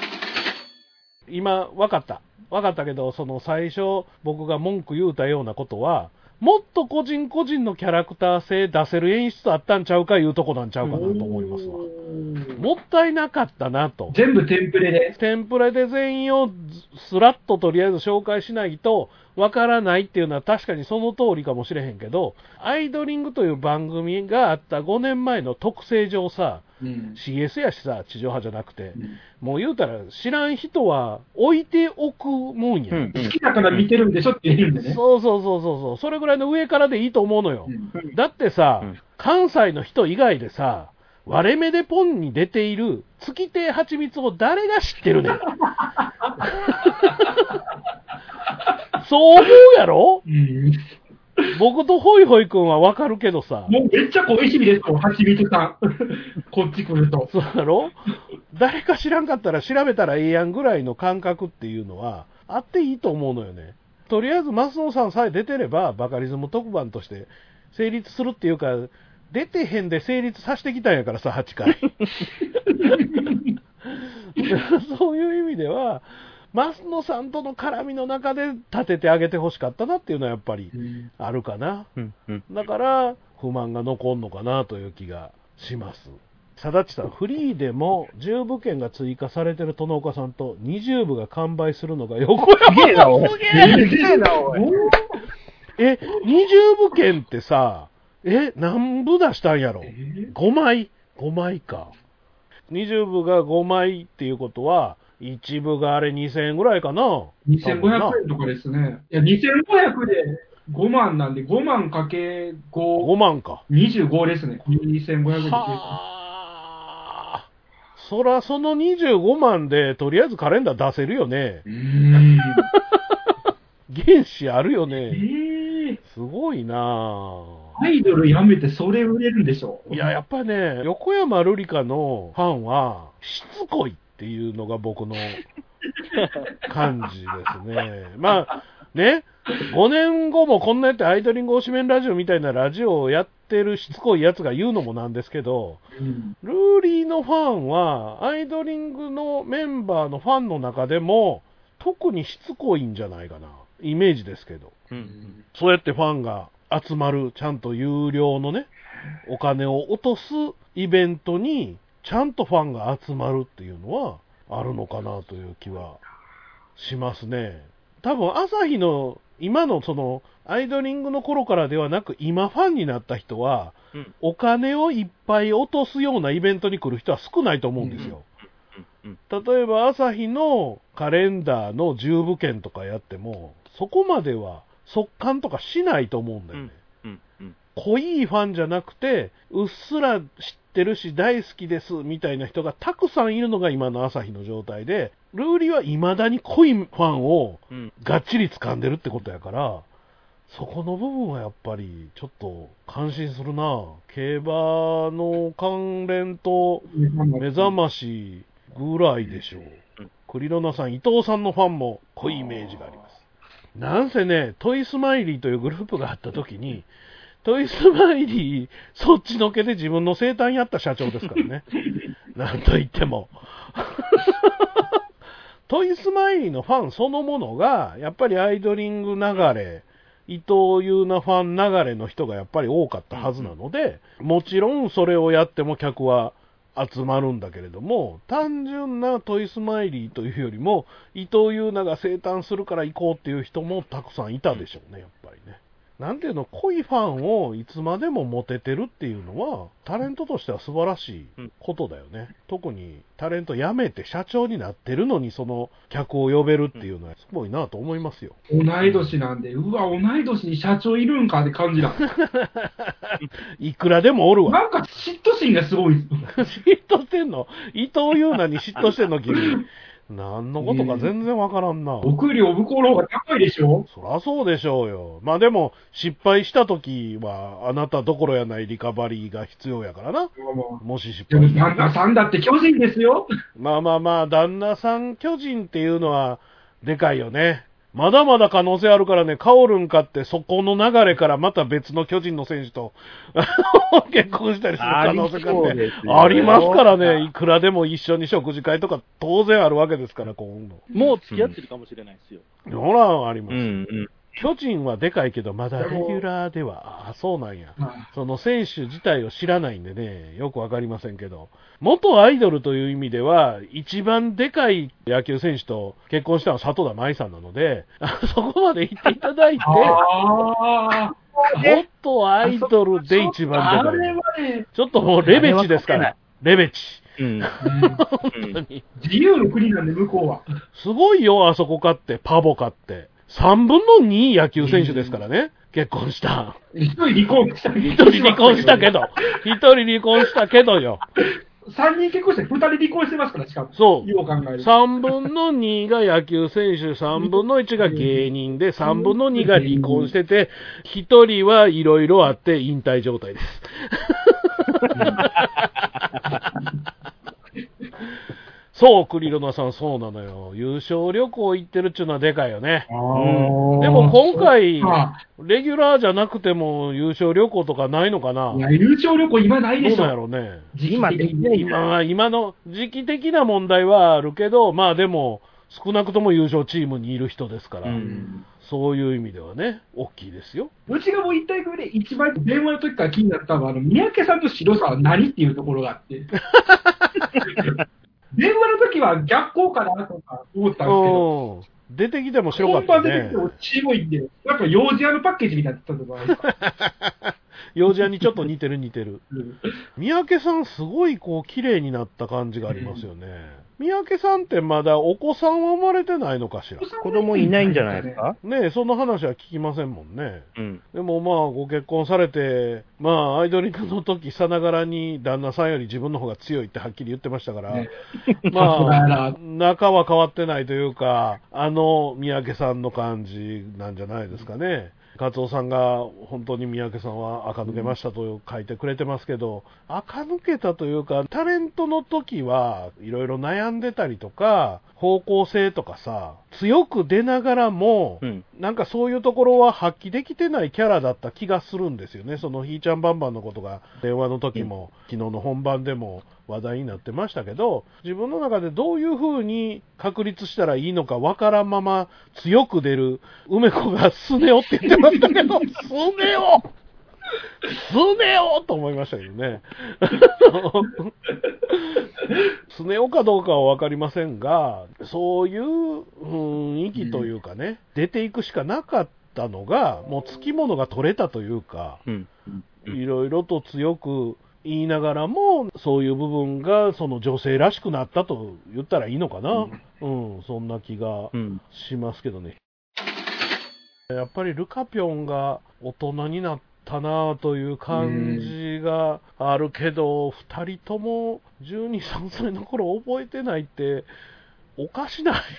[SPEAKER 1] 今分かった分かったけど、その最初僕が文句言うたようなことはもっと個人個人のキャラクター性出せる演出あったんちゃうかいうとこなんちゃうかなと思いますわ。 もったいなかったなと。
[SPEAKER 3] 全部テンプレで。
[SPEAKER 1] テンプレで全員をスラッととりあえず紹介しないとわからないっていうのは確かにその通りかもしれへんけど、アイドリングという番組があったごねんまえの特性上さ、うん、シーエス やしさ、地上波じゃなくて、うん、もう言うたら知らん人は置いておくもんや。うん、
[SPEAKER 3] 好きだから見てるんでしょって言うんでね。
[SPEAKER 1] そうそうそうそう、それぐらいの上からでいいと思うのよ。うん、だってさ、うん、関西の人以外でさ、割れ目でポンに出ている月亭はちみつを誰が知ってるねん。そう思うやろ、うん、僕とホイホイ君はわかるけどさ。
[SPEAKER 3] もうめっちゃ恋しみですよ、はちみつさん。こっち来ると。
[SPEAKER 1] そうやろ誰か知らんかったら調べたらええやんぐらいの感覚っていうのはあっていいと思うのよね。とりあえず増野さんさえ出てればバカリズム特番として成立するっていうか、出てへんで成立させてきたんやからさ、はちかい。そういう意味では、増野さんとの絡みの中で立ててあげてほしかったなっていうのはやっぱりあるかな。うんうん、だから、不満が残んのかなという気がします。さだちさん、フリーでもじゅうぶけんが追加されてる殿岡さんとにじゅうぶが完売するのが横山。
[SPEAKER 2] すげえな、おい。すげえな、おい。
[SPEAKER 1] え、にじゅうぶけんってさ、え、何部出したんやろ、えー、ごまい ?ご 枚か。にじゅうぶがごまいっていうことは、いちぶがあれにせんえんぐらいかな。
[SPEAKER 3] にせんごひゃくえんとかですね。いや、にせんごひゃくでごまんなんで、ごまんかけご。
[SPEAKER 1] ごまんか。
[SPEAKER 3] にじゅうごですね。にせんごひゃくえん。
[SPEAKER 1] はぁ。そら、そのにじゅうごまんで、とりあえずカレンダー出せるよね。
[SPEAKER 3] うーん。
[SPEAKER 1] 原資あるよね。
[SPEAKER 3] えー、
[SPEAKER 1] すごいなぁ。
[SPEAKER 3] アイドル辞めてそれ売れるんでしょ。
[SPEAKER 1] いや、やっぱね、横山ルリカのファンは、しつこいっていうのが僕の感じですね。まあ、ね、ごねんごもこんなやってアイドリング推しメンラジオみたいなラジオをやってるしつこいやつが言うのもなんですけど、うん、ルーリーのファンは、アイドリングのメンバーのファンの中でも、特にしつこいんじゃないかな。イメージですけど。うん、そうやってファンが集まる、ちゃんと有料のね、お金を落とすイベントに、ちゃんとファンが集まるっていうのは、あるのかなという気はしますね。多分、朝日の、今のその、アイドリングの頃からではなく、今ファンになった人は、うん、お金をいっぱい落とすようなイベントに来る人は少ないと思うんですよ。うんうんうん、例えば、朝日のカレンダーのじゅうぶけんとかやっても、そこまでは、速乾とかしないと思うんだよね、うんうんうん、濃いファンじゃなくてうっすら知ってるし大好きですみたいな人がたくさんいるのが今の朝日の状態で、ルーリーは未だに濃いファンをがっちり掴んでるってことやから、そこの部分はやっぱりちょっと感心するな。競馬の関連と目覚ましぐらいでしょう。クリロナさん、伊藤さんのファンも濃いイメージがあります。なんせね、トイスマイリーというグループがあったときに、トイスマイリー、そっちのけで自分の生誕やった社長ですからね。なんと言っても。トイスマイリーのファンそのものが、やっぱりアイドリング流れ、伊藤優奈ファン流れの人がやっぱり多かったはずなので、もちろんそれをやっても客は集まるんだけれども、単純なトイスマイリーというよりも、伊藤優奈が生誕するから行こうっていう人もたくさんいたでしょうね、やっぱりね。なんていうの、濃いファンをいつまでも持ててるっていうのは、タレントとしては素晴らしいことだよね。うん、特にタレント辞めて社長になってるのに、その客を呼べるっていうのはすごいなと思いますよ。
[SPEAKER 3] 同い年なんで、うわ、同い年に社長いるんかって感じだ。
[SPEAKER 1] いくらでもおるわ。
[SPEAKER 3] なんか嫉妬心がすごい。
[SPEAKER 1] 嫉妬してんの？伊藤優奈に嫉妬してんの君。何のことか全然わからんな。
[SPEAKER 3] お給料向こうの方が高いでしょ？
[SPEAKER 1] そらそうでしょうよ。まあでも、失敗したときは、あなたどころやないリカバリーが必要やからな。もし失敗したら。
[SPEAKER 3] 旦那さんだって巨人ですよ。
[SPEAKER 1] まあまあまあ、旦那さん巨人っていうのは、でかいよね。まだまだ可能性あるからね、カオルンかってそこの流れからまた別の巨人の選手と結婚したりする可能性がね、ありますからね、いくらでも一緒に食事会とか当然あるわけですから、今度。
[SPEAKER 4] もう付き合ってるかもしれないですよ。
[SPEAKER 1] ほら、あります。うん
[SPEAKER 2] うん
[SPEAKER 1] 巨人はでかいけど、まだレギュラーでは、あ、そうなんや。その選手自体を知らないんでね、よくわかりませんけど、元アイドルという意味では、一番でかい野球選手と結婚したのは里田舞さんなので、そこまで言っていただいて、元アイドルで一番でかい。ちょっともうレベチですから、レベチ。うん、
[SPEAKER 3] 自由の国なんで、向こうは。
[SPEAKER 1] すごいよ、あそこ勝って、パボ勝って。さんぶんのに野球選手ですからね、結婚した。
[SPEAKER 3] 一人離婚した。
[SPEAKER 1] 一人離婚したけど、一人離婚したけどよ。
[SPEAKER 3] 三人結婚して二人離婚してますから、しかも。
[SPEAKER 1] そう。
[SPEAKER 3] よう考える。
[SPEAKER 1] 三分の二が野球選手、三分の一が芸人で、三分の二が離婚してて、一人はいろいろあって引退状態です。そう、クリロナさん、そうなのよ。優勝旅行行ってるっちゅうのはでかいよね。うん、でも今回、レギュラーじゃなくても優勝旅行とかないのかな。
[SPEAKER 3] いや、優勝旅行今ないでしょ。
[SPEAKER 1] どうなんやろうね。
[SPEAKER 2] 今、
[SPEAKER 1] 今、今の時期的な問題はあるけど、まあでも、少なくとも優勝チームにいる人ですから、うん、そういう意味ではね、大きいですよ。
[SPEAKER 3] うちがもう一体組で一番電話の時から気になったのは、あの、三宅さんと白さは何っていうところがあって。電話の時は逆光かなとか思ったんですけど、
[SPEAKER 1] 出てきても白かったね。
[SPEAKER 3] 本番出てきても白いんで、なんか幼児屋のパッケージみたいになってたとこあるんですか。
[SPEAKER 1] 幼児屋にちょっと似てる似てる。うん、三宅さんすごいこう綺麗になった感じがありますよね。うん、三宅さんってまだお子さんは生まれてないのかしら。
[SPEAKER 2] 子供いないんじゃないですか
[SPEAKER 1] ねえ、その話は聞きませんもんね。うん、でもまあご結婚されて、まあアイドリングの時さながらに旦那さんより自分の方が強いってはっきり言ってましたから、ね、まあ仲は変わってないというか、あの三宅さんの感じなんじゃないですかね。カツオさんが本当に三宅さんは垢抜けましたと書いてくれてますけど、垢抜けたというか、タレントの時はいろいろ悩んでたりとか、方向性とかさ、強く出ながらも、うん、なんかそういうところは発揮できてないキャラだった気がするんですよね。そのひーちゃんばんばんのことが電話の時も、うん、昨日の本番でも話題になってましたけど、自分の中でどういう風に確立したらいいのかわからんまま強く出る梅子がスネ夫って言ってましたけど、スネ夫スネ夫と思いましたけどね。スネ夫かどうかはわかりませんが、そういう雰囲気というかね、うん、出ていくしかなかったのが、もうつきものが取れたというか、いろいろと強く言いながらも、そういう部分がその女性らしくなったと言ったらいいのかな、うん、うん、そんな気がしますけどね。やっぱりルカピョンが大人になったなという感じがあるけど、ふたりともじゅうに、さんさいの頃覚えてないっておかしない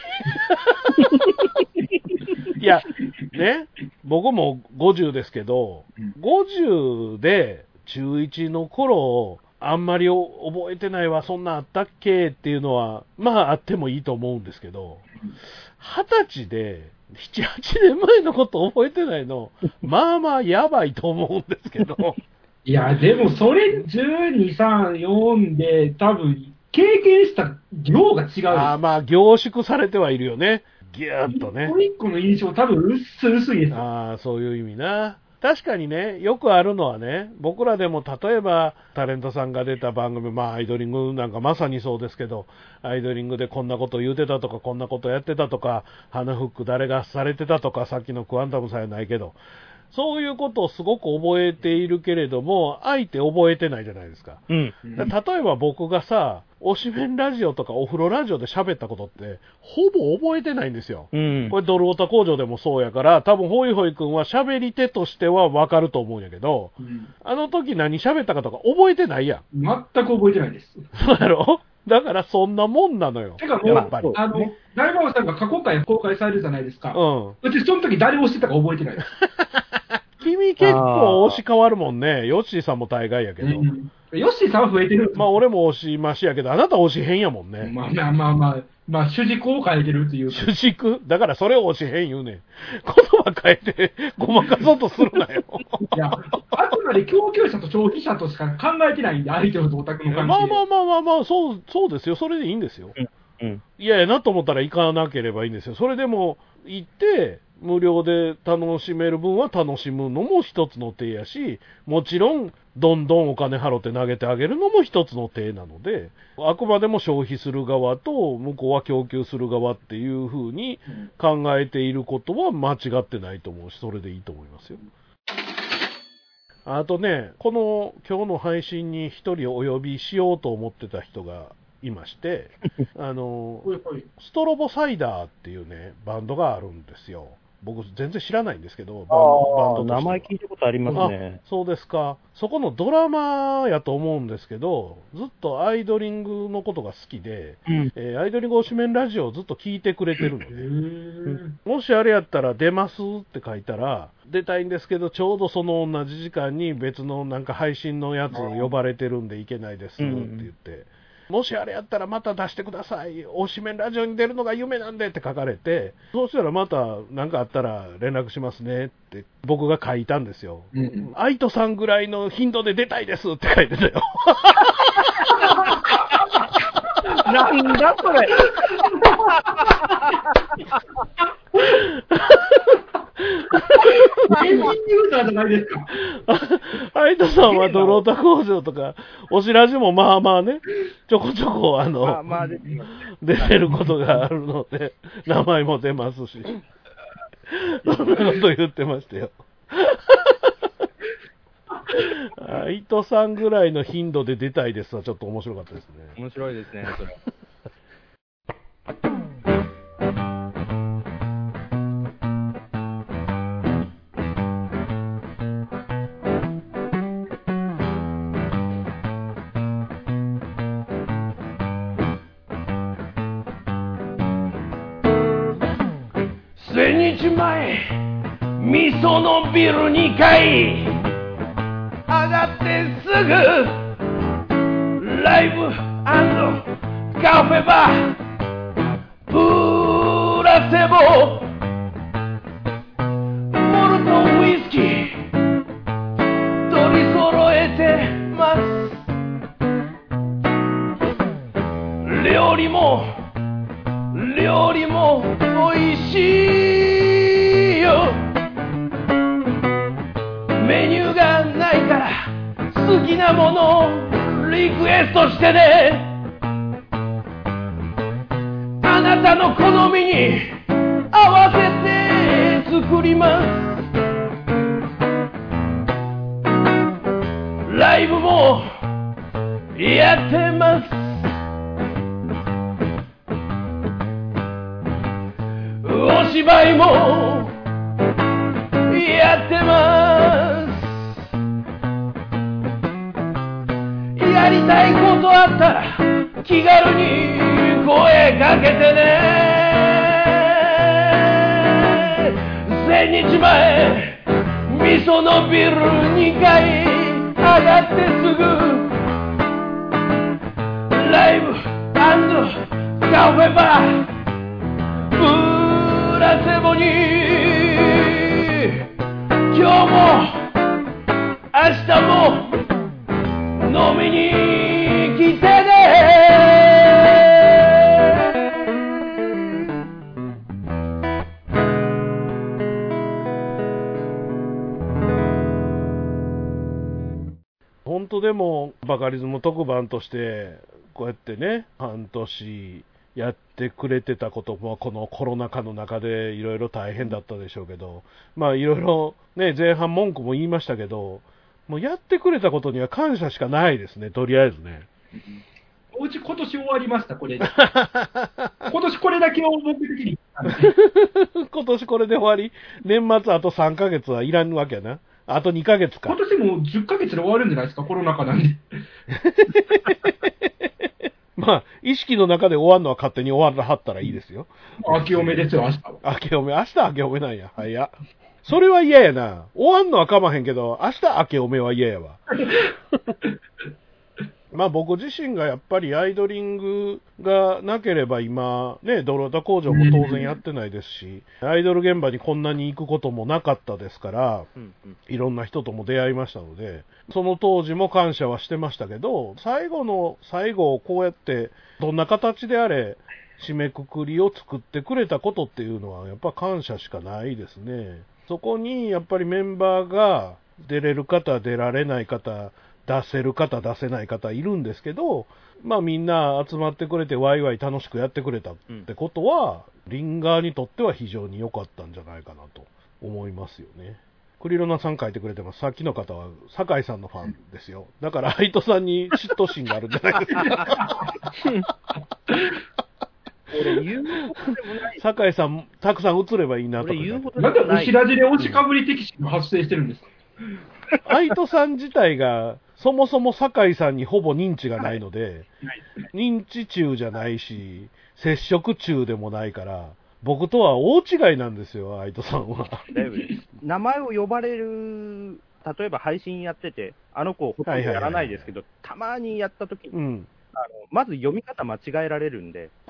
[SPEAKER 1] いや、ね、僕もごじゅうですけど、ごじゅうで中いちの頃、あんまり覚えてないわ、そんなあったっけっていうのは、まああってもいいと思うんですけど、はたちで、なな、はちねんまえのこと覚えてないの、まあまあやばいと思うんですけど。
[SPEAKER 3] いや、でもそれじゅうに、さん、よんで多分経験した量が違う。
[SPEAKER 1] ああ、まあ凝縮されてはいるよね。ギューッとね。
[SPEAKER 3] 一個一個の印象多分薄い薄いですよ。
[SPEAKER 1] ああ、そういう意味な。確かにね、よくあるのはね、僕らでも例えばタレントさんが出た番組、まあアイドリングなんかまさにそうですけど、アイドリングでこんなこと言うてたとか、こんなことやってたとか、鼻フック誰がされてたとか、さっきのクワンタムさんやないけど、そういうことをすごく覚えているけれども、相手覚えてないじゃないですか。うん、例えば僕がさ、おしめんラジオとかお風呂ラジオで喋ったことって、ほぼ覚えてないんですよ。うん、これドルオタ工場でもそうやから、多分ホイホイ君は喋り手としてはわかると思うんやけど、うん、あの時何喋ったかとか覚えてないやん。
[SPEAKER 3] 全く覚えてないです。
[SPEAKER 1] そうやろ？だからそんなもんなのよ。
[SPEAKER 3] てかもう、やっぱりあの、大魔王さんが過去回公開されるじゃないですか。うん。うちその時誰をしてたか覚えてないです。
[SPEAKER 1] 君結構推し変わるもんね。ヨッシーさんも大概やけど。うん、
[SPEAKER 3] ヨッシーさんは増えてる。
[SPEAKER 1] まあ俺も推し増しやけど、あなた推し変やもんね。
[SPEAKER 3] まあまあまあまあ、まあ主軸を変えてるっていう。
[SPEAKER 1] 主軸だからそれを推し変言うねん。言葉変えてごまかそうとするなよ。
[SPEAKER 3] いや、あくまで供給者と消費者としか考えてないんで、相手のオタクの関係。
[SPEAKER 1] まあまあまあまあまあ、そう、そうですよ。それでいいんですよ。うんうん、いやいやなと思ったら行かなければいいんですよ。それでも行って、 無料で楽しめる分は楽しむのも一つの手やし、もちろんどんどんお金払って投げてあげるのも一つの手なので、あくまでも消費する側と向こうは供給する側っていう風に考えていることは間違ってないと思うし、それでいいと思いますよ。あとね、この今日の配信に一人お呼びしようと思ってた人がいまして、あのストロボサイダーっていうねバンドがあるんですよ。僕全然知らないんですけど、バンド、バンドとしては。
[SPEAKER 2] 名前聞いたことありますね。
[SPEAKER 1] そうですか。そこのドラマやと思うんですけど、ずっとアイドリングのことが好きで、うんえー、アイドリング推しメンラジオをずっと聞いてくれてるので、もしあれやったら出ますって書いたら、出たいんですけど、ちょうどその同じ時間に別のなんか配信のやつ呼ばれてるんで行けないですって言って、うんもしあれやったらまた出してください。推しメンラジオに出るのが夢なんでって書かれて、そうしたらまた何かあったら連絡しますねって僕が書いたんですよ。うん、アイトさんぐらいの頻度で出たいですって書いてたよ。
[SPEAKER 2] なんだそれ。
[SPEAKER 3] 芸人ユーザーじゃないですか。
[SPEAKER 1] アイトさんはドロータ工場とか、オシラジもまあまあね、ちょこちょこあの、まあまあ出て出れることがあるので、名前も出ますし、そんなこと言ってましたよ。アイトさんぐらいの頻度で出たいですはちょっと面白かったですね。
[SPEAKER 2] 面白いですね、それ。
[SPEAKER 5] 千日前、味噌のビルにかい上がってすぐライブ&カフェバープラセボモルトウイスキー取り揃えてます料理も料理も美味しいよメニューがないから好きなものをリクエストしてねあなたの好みに合わせて作りますライブもやってますお芝居もやってますやりたいことあったら気軽に声かけてね千日前味噌のビルにかい上がってすぐライブ&カフェバープラセボに今日も明日も飲みに来てね
[SPEAKER 1] 本当でもバカリズム特番としてこうやってね半年やってくれてたこともこのコロナ禍の中でいろいろ大変だったでしょうけど、まあいろいろね前半文句も言いましたけど、もうやってくれたことには感謝しかないですね、とりあえずね。
[SPEAKER 3] おうち今年終わりました、これで。今年これだけを目的に。
[SPEAKER 1] 今年これで終わり。年末あとさんかげつはいらんわけやな。あとにかげつか。
[SPEAKER 3] 今年もうじゅっかげつで終わるんじゃないですか、コロナ禍なんで。
[SPEAKER 1] まあ、意識の中で終わるのは勝手に終わらはったらいいですよ。
[SPEAKER 3] 明けおめですよ、明日は。
[SPEAKER 1] 明けおめ、明日明けおめなんや。はいや。それは嫌やな。終わんのはかまへんけど、明日明けおめは嫌やわ。まあ僕自身がやっぱりアイドリングがなければ今、ね、ドロータ工場も当然やってないですし、アイドル現場にこんなに行くこともなかったですから、いろんな人とも出会いましたので、その当時も感謝はしてましたけど、最後の最後をこうやって、どんな形であれ、 締めくくりを作ってくれたことっていうのはやっぱ感謝しかないですね。そこにやっぱりメンバーが出れる方、出られない方、出せる方、出せない方いるんですけど、まあみんな集まってくれてワイワイ楽しくやってくれたってことは、うん、リンガーにとっては非常に良かったんじゃないかなと思いますよね。クリロナさん書いてくれてます。さっきの方は酒井さんのファンですよ。だからアイトさんに嫉妬心があるんじゃないですか。
[SPEAKER 2] 俺言うことでもない。
[SPEAKER 1] 酒井さんたくさん映ればいいなとか。
[SPEAKER 3] 俺言うことでもない。なんで牛ラジで押しかぶり的心が発生してるんですか。
[SPEAKER 1] アイトさん自体がそもそも酒井さんにほぼ認知がないので、認知中じゃないし、接触中でもないから、僕とは大違いなんですよ、アイトさんは。
[SPEAKER 2] 名前を呼ばれる、例えば配信やってて、あの子ほとんどやらないですけど、たまにやったときに、うん、あの、まず読み方間違えられるんで。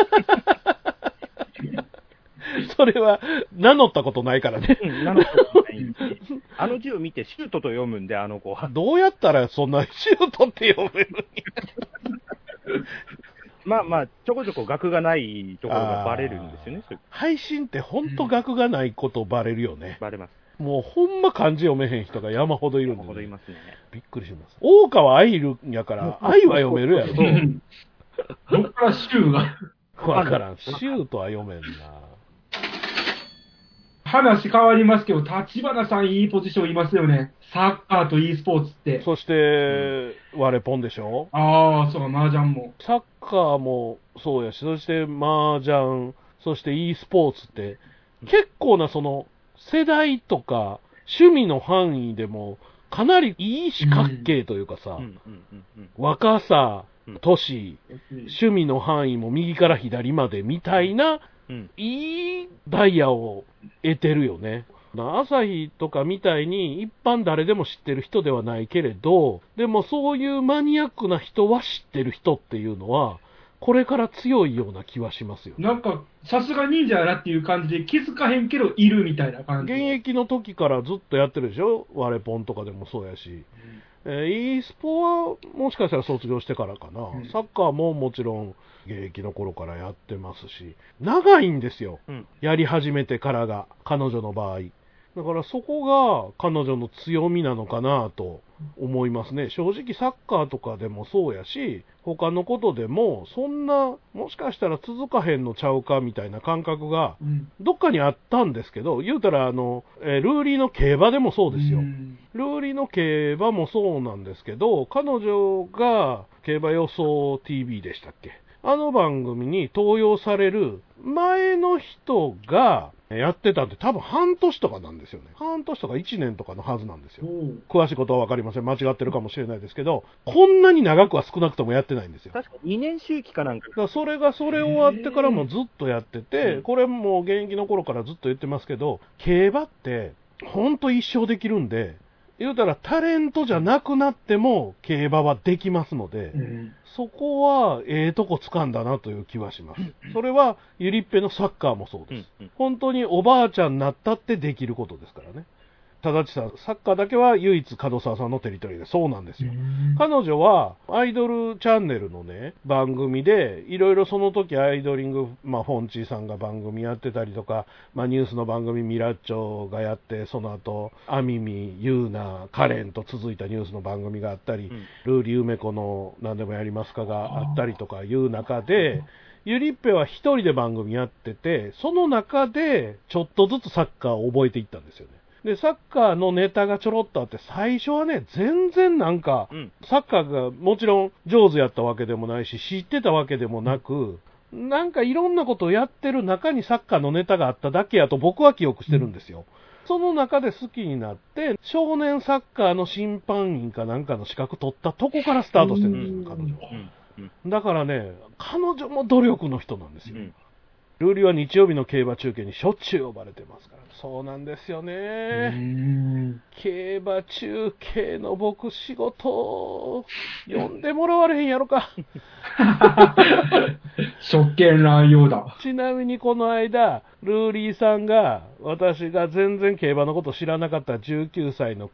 [SPEAKER 1] それは名乗ったことないからね。
[SPEAKER 2] うん、名乗ったことないんで。あの字を見てシュートと読むんで、あの子は。
[SPEAKER 1] どうやったらそんなシュートって読めるのに。
[SPEAKER 2] まあまあ、ちょこちょこ額がないところがバレるんですよね。
[SPEAKER 1] 配信ってほんと額がないことバレるよね。
[SPEAKER 2] バレます。
[SPEAKER 1] もうほんま漢字読めへん人が山ほどいるんで、ね。
[SPEAKER 2] 山ほどいますね。
[SPEAKER 1] びっくりします。大川愛いるんやから、愛は読めるやろ。
[SPEAKER 3] どっからシューが。
[SPEAKER 1] わからん。シュートは読めんな。
[SPEAKER 3] 話変わりますけど、立花さんいいポジションいますよね。サッカーと e スポーツって。
[SPEAKER 1] そして、うん、ワレポンでしょ。
[SPEAKER 3] ああ、そう、麻雀も。
[SPEAKER 1] サッカーもそうやし、そして麻雀、そして e スポーツって、結構なその、世代とか趣味の範囲でも、かなりいい四角形というかさ、若さ、年、趣味の範囲も右から左までみたいな、うん、いいダイヤを得てるよね。朝日とかみたいに一般誰でも知ってる人ではないけれど、でもそういうマニアックな人は知ってる人っていうのは、これから強いような気はしますよ。
[SPEAKER 3] なんか、さすが忍者やなっていう感じで気づかへんけどいるみたいな感じ。
[SPEAKER 1] 現役の時からずっとやってるでしょ。ワレポンとかでもそうやし。うんえー、e スポはもしかしたら卒業してからかな、うん、サッカーももちろん現役の頃からやってますし、長いんですよ、うん、やり始めてからが、彼女の場合。だからそこが彼女の強みなのかなと思いますね。正直サッカーとかでもそうやし、他のことでもそんな、もしかしたら続かへんのちゃうかみたいな感覚がどっかにあったんですけど、言うたらあの、えー、ルーリーの競馬でもそうですよ。ルーリーの競馬もそうなんですけど、彼女が競馬予想 ティーブイ でしたっけ？あの番組に登用される前の人がやってたって多分半年とかなんですよね。半年とかいちねんとかのはずなんですよ。詳しいことはわかりません。間違ってるかもしれないですけど、こんなに長くは少なくともやってないんですよ。
[SPEAKER 2] 確かににねん周期かなんか。
[SPEAKER 1] だからそれがそれ終わってからもずっとやってて、これも現役の頃からずっと言ってますけど、競馬ってほんと一生できるんで、言うたらタレントじゃなくなっても競馬はできますので、うん、そこはええとこ掴んだなという気はします。それはゆりっぺのサッカーもそうです。うんうん、本当におばあちゃんになったってできることですからね。ただちさん、サッカーだけは唯一門沢さんのテリトリーで、そうなんですよ。彼女はアイドルチャンネルのね、番組で、いろいろその時アイドリング、まあフォンチーさんが番組やってたりとか、まあニュースの番組ミラッチョがやって、その後、アミミ、ユーナ、カレンと続いたニュースの番組があったり、うん、ルーリー梅子の何でもやりますかがあったりとかいう中で、ゆりっぺは一人で番組やってて、その中でちょっとずつサッカーを覚えていったんですよね。で、サッカーのネタがちょろっとあって、最初はね、全然なんか、うん、サッカーがもちろん上手やったわけでもないし、知ってたわけでもなく、なんかいろんなことをやってる中にサッカーのネタがあっただけやと僕は記憶してるんですよ。うん、その中で好きになって、少年サッカーの審判員かなんかの資格取ったとこからスタートしてるんですよ、彼女は。だからね、彼女も努力の人なんですよ。うん、ルーリーは日曜日の競馬中継にしょっちゅう呼ばれてますから。そうなんですよね。競馬中継の僕仕事、呼んでもらわれへんやろか。
[SPEAKER 3] 職権乱用だ。
[SPEAKER 1] ちなみにこの間、ルーリーさんが、私が全然競馬のこと知らなかったじゅうきゅうさいの頃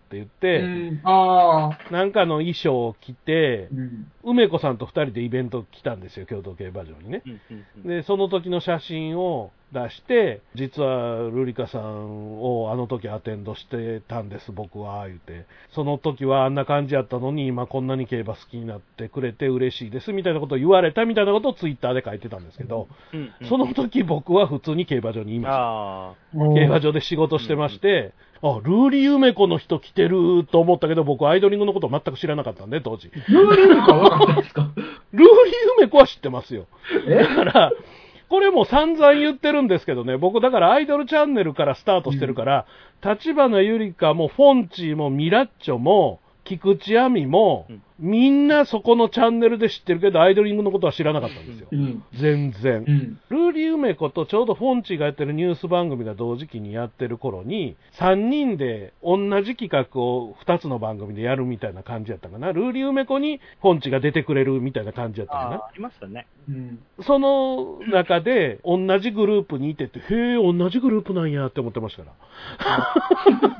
[SPEAKER 1] って言って、
[SPEAKER 3] うん、あ
[SPEAKER 1] なんかの衣装を着て、うん、梅子さんとふたりでイベント来たんですよ、京都競馬場にね、うんうんうん。で、その時の写真を出して、実はルリカさんをあの時アテンドしてたんです、僕は、言うて。その時はあんな感じやったのに、今こんなに競馬好きになってくれて嬉しいです、みたいなことを言われたみたいなことをツイッターで書いてたんですけど、うんうん、その時僕は普通に競馬場にいました。競馬場で仕事してまして、うんうん、あ、ルーリー梅子の人来てると思ったけど、僕アイドリングのこと全く知らなかったんで、当時。
[SPEAKER 3] ルーリー梅子は分かったんですか？
[SPEAKER 1] ルーリー梅子は知ってますよ。だから、これも散々言ってるんですけどね、僕だからアイドルチャンネルからスタートしてるから、立花ゆりかもフォンチーもミラッチョも菊池亜美も、うん、みんなそこのチャンネルで知ってるけど、アイドリングのことは知らなかったんですよ。うん、全然、うん。ルーリー梅子とちょうどフォンチーがやってるニュース番組が同時期にやってる頃に、さんにんで同じ企画をふたつの番組でやるみたいな感じやったかな。ルーリー梅子にフォンチーが出てくれるみたいな感じやったかな。
[SPEAKER 2] あ、ありましたね。
[SPEAKER 1] うん、その中で同じグループにいてて、へえ、同じグループなんやって思ってましたから。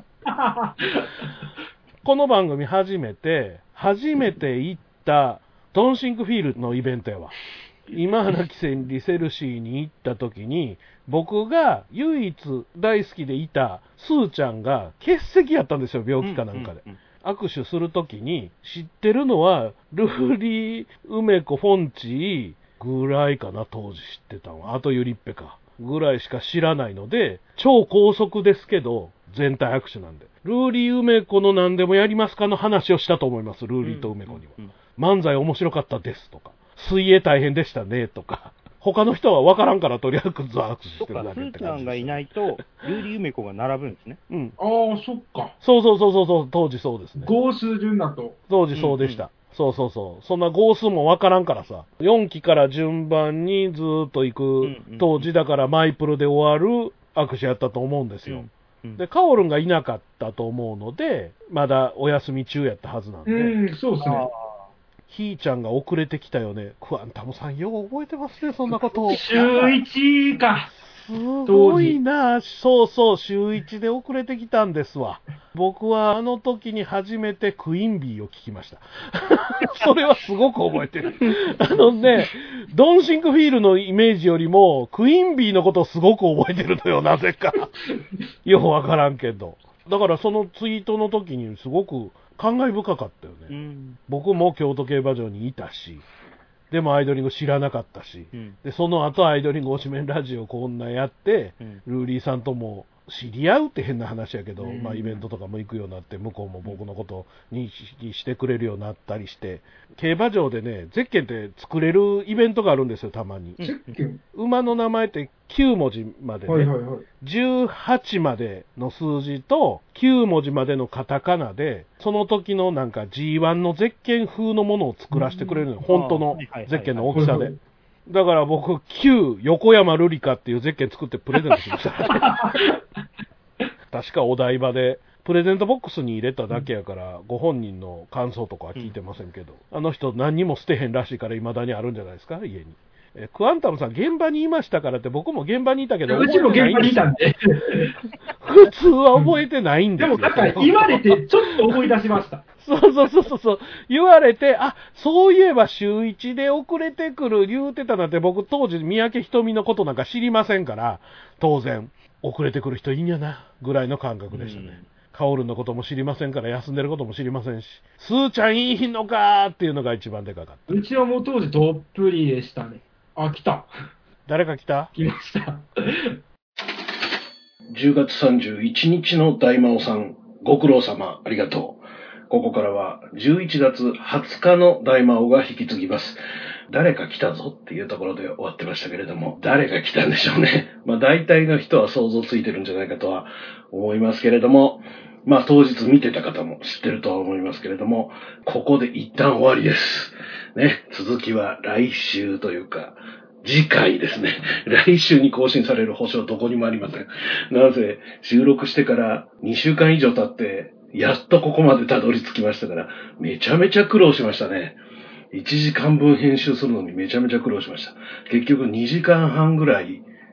[SPEAKER 1] この番組初めて、初めて行ったドンシンクフィールのイベントやわ。今花季戦リセルシーに行った時に、僕が唯一大好きでいたスーちゃんが欠席やったんですよ、病気かなんかで。うんうんうん、握手する時に知ってるのは、ルーリー、梅子、フォンチーぐらいかな、当時知ってたのは。あとユリッペか。ぐらいしか知らないので、超高速ですけど、全体握手なんで。ルーリー梅子の何でもやりますかの話をしたと思います、ルーリーと梅子には。うんうんうん、漫才面白かったですとか、水泳大変でしたねとか、他の人は分からんからとりあえず握手してるだけって感じです。
[SPEAKER 2] スーちゃんがいないと、ルーリー梅子が並ぶんですね。
[SPEAKER 3] うん。ああ、そっか。
[SPEAKER 1] そうそうそうそう、当時そうですね。
[SPEAKER 3] 号数順だと。
[SPEAKER 1] 当時そうでした。うんうん、そうそうそう。そんな号数も分からんからさ。よんきから順番にずーっと行く、うんうん、当時だからマイプルで終わる握手やったと思うんですよ。うんうん、で、カオルンがいなかったと思うので、まだお休み中やったはずなんで。
[SPEAKER 3] うん、そうですね。
[SPEAKER 1] ひーちゃんが遅れてきたよね。クワンタムさんよう覚えてますね、そんなことを。
[SPEAKER 3] 週一か。
[SPEAKER 1] すごいな。そうそう、週一で遅れてきたんですわ。僕はあの時に初めてクイーンビーを聞きました。それはすごく覚えてる。あのね、ドンシンクフィールのイメージよりも、クイーンビーのことをすごく覚えてるのよ、なぜか。よくわからんけど。だからそのツイートの時にすごく感慨深かったよね。うん、僕も京都競馬場にいたし、でもアイドリング知らなかったし、うん、でその後アイドリング推しメンラジオこんなやって、うん、ルーリーさんとも知り合うって変な話やけど、うん、まあイベントとかも行くようになって、向こうも僕のことを認識してくれるようになったりして、競馬場でね、ゼッケンって作れるイベントがあるんですよ、たまに。
[SPEAKER 3] ゼッケン？
[SPEAKER 1] 馬の名前ってきゅうもじまでね、はいはいはい、じゅうはちまでの数字ときゅうもじまでのカタカナで、その時のなんか ジーワン のゼッケン風のものを作らせてくれるのよ、うん、本当のゼッケンの大きさで。だから僕、旧横山瑠璃香っていうゼッケン作ってプレゼントしました。確かお台場で、プレゼントボックスに入れただけやから、ご本人の感想とかは聞いてませんけど、うん、あの人何にも捨てへんらしいから未だにあるんじゃないですか、家に。えクアンタムさん、現場にいましたからって、僕も現場にいたけど、
[SPEAKER 3] うちも現場にいたんで。
[SPEAKER 1] 普通は覚えてないんですよ。
[SPEAKER 3] でも、だから言われて、ちょっと思い出しました。
[SPEAKER 1] そうそうそうそう。言われて、あ、そういえば週一で遅れてくる言うてたなんて、僕当時、三宅瞳のことなんか知りませんから、当然、遅れてくる人いいんやな、ぐらいの感覚でしたね。うん、カオルンのことも知りませんから、休んでることも知りませんし、スーちゃんいいのかーっていうのが一番でかかった。
[SPEAKER 3] うちはもう当時どっぷりでしたね。あ、来た。
[SPEAKER 1] 誰か来た？
[SPEAKER 3] 来ました。
[SPEAKER 9] じゅうがつさんじゅういちにちの大魔王さん、ご苦労様、ありがとう。ここからはじゅういちがつはつかの大魔王が引き継ぎます。誰か来たぞっていうところで終わってましたけれども、誰が来たんでしょうね。まあ大体の人は想像ついてるんじゃないかとは思いますけれども、まあ当日見てた方も知ってるとは思いますけれども、ここで一旦終わりです。ね、続きは来週というか、次回ですね。来週に更新される保証どこにもありません。なぜ収録してからにしゅうかん以上経って、やっとここまでたどり着きましたから、めちゃめちゃ苦労しましたね。いちじかんぶん編集するのにめちゃめちゃ苦労しました。結局にじかんはんぐらい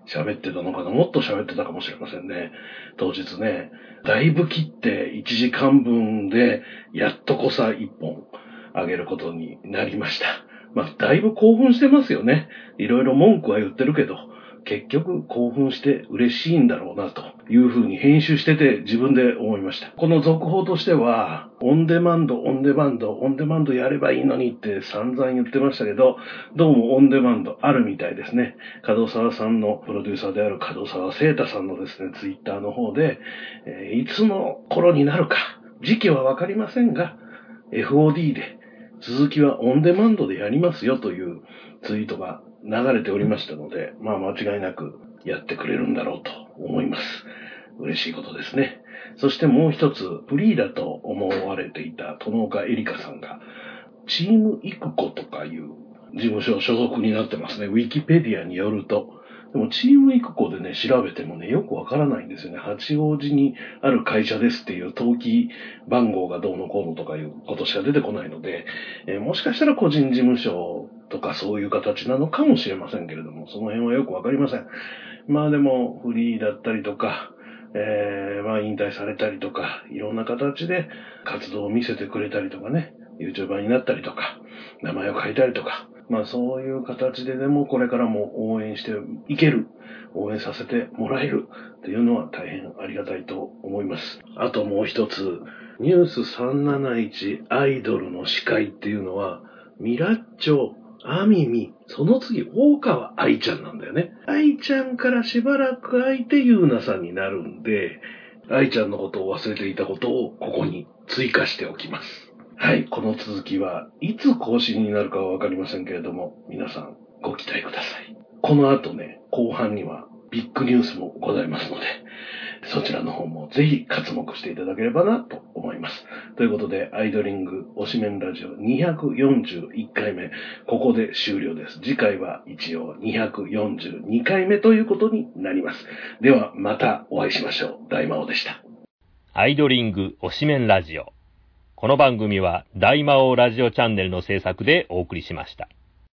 [SPEAKER 9] 喋ってたのかな。もっと喋ってたかもしれませんね。当日ね、だいぶ切っていちじかんぶんで、やっとこさいっぽんあげることになりました。まあ、だいぶ興奮してますよね。いろいろ文句は言ってるけど、結局興奮して嬉しいんだろうなというふうに編集してて自分で思いました。この続報としては、オンデマンド、オンデマンド、オンデマンドやればいいのにって散々言ってましたけど、どうもオンデマンドあるみたいですね。門沢さんのプロデューサーである門沢聖太さんのですね、ツイッターの方で、えー、いつの頃になるか、時期はわかりませんが、エフオーディー で続きはオンデマンドでやりますよというツイートが流れておりましたので、まあ間違いなくやってくれるんだろうと思います。嬉しいことですね。そしてもう一つ、フリーだと思われていた殿岡エリカさんが、チームイクコとかいう事務所所属になってますね。ウィキペディアによると。でもチームイクコでね、調べてもね、よくわからないんですよね。八王子にある会社ですっていう登記番号がどうのこうのとかいうことしか出てこないので、えー、もしかしたら個人事務所とかそういう形なのかもしれませんけれども、その辺はよくわかりません。まあでも、フリーだったりとか、えー、まあ引退されたりとか、いろんな形で活動を見せてくれたりとかね、YouTuber になったりとか、名前を書いたりとか、まあそういう形ででもこれからも応援していける、応援させてもらえるっていうのは大変ありがたいと思います。あともう一つ、ニュースさんなないちアイドルの司会っていうのは、ミラッチョ、アミミ、その次、大川愛ちゃんなんだよね。愛ちゃんからしばらく空いてゆうなさんになるんで、愛ちゃんのことを忘れていたことをここに追加しておきます。はい、この続きはいつ更新になるかはわかりませんけれども、皆さんご期待ください。この後ね、後半にはビッグニュースもございますので、そちらの方もぜひ刮目していただければなと思います。ということで、アイドリング推しメンラジオにひゃくよんじゅういっかいめ、ここで終了です。次回は一応にひゃくよんじゅうにかいめということになります。ではまたお会いしましょう。大魔王でした。
[SPEAKER 7] アイドリング推しメンラジオ。この番組は大魔王ラジオチャンネルの制作でお送りしました。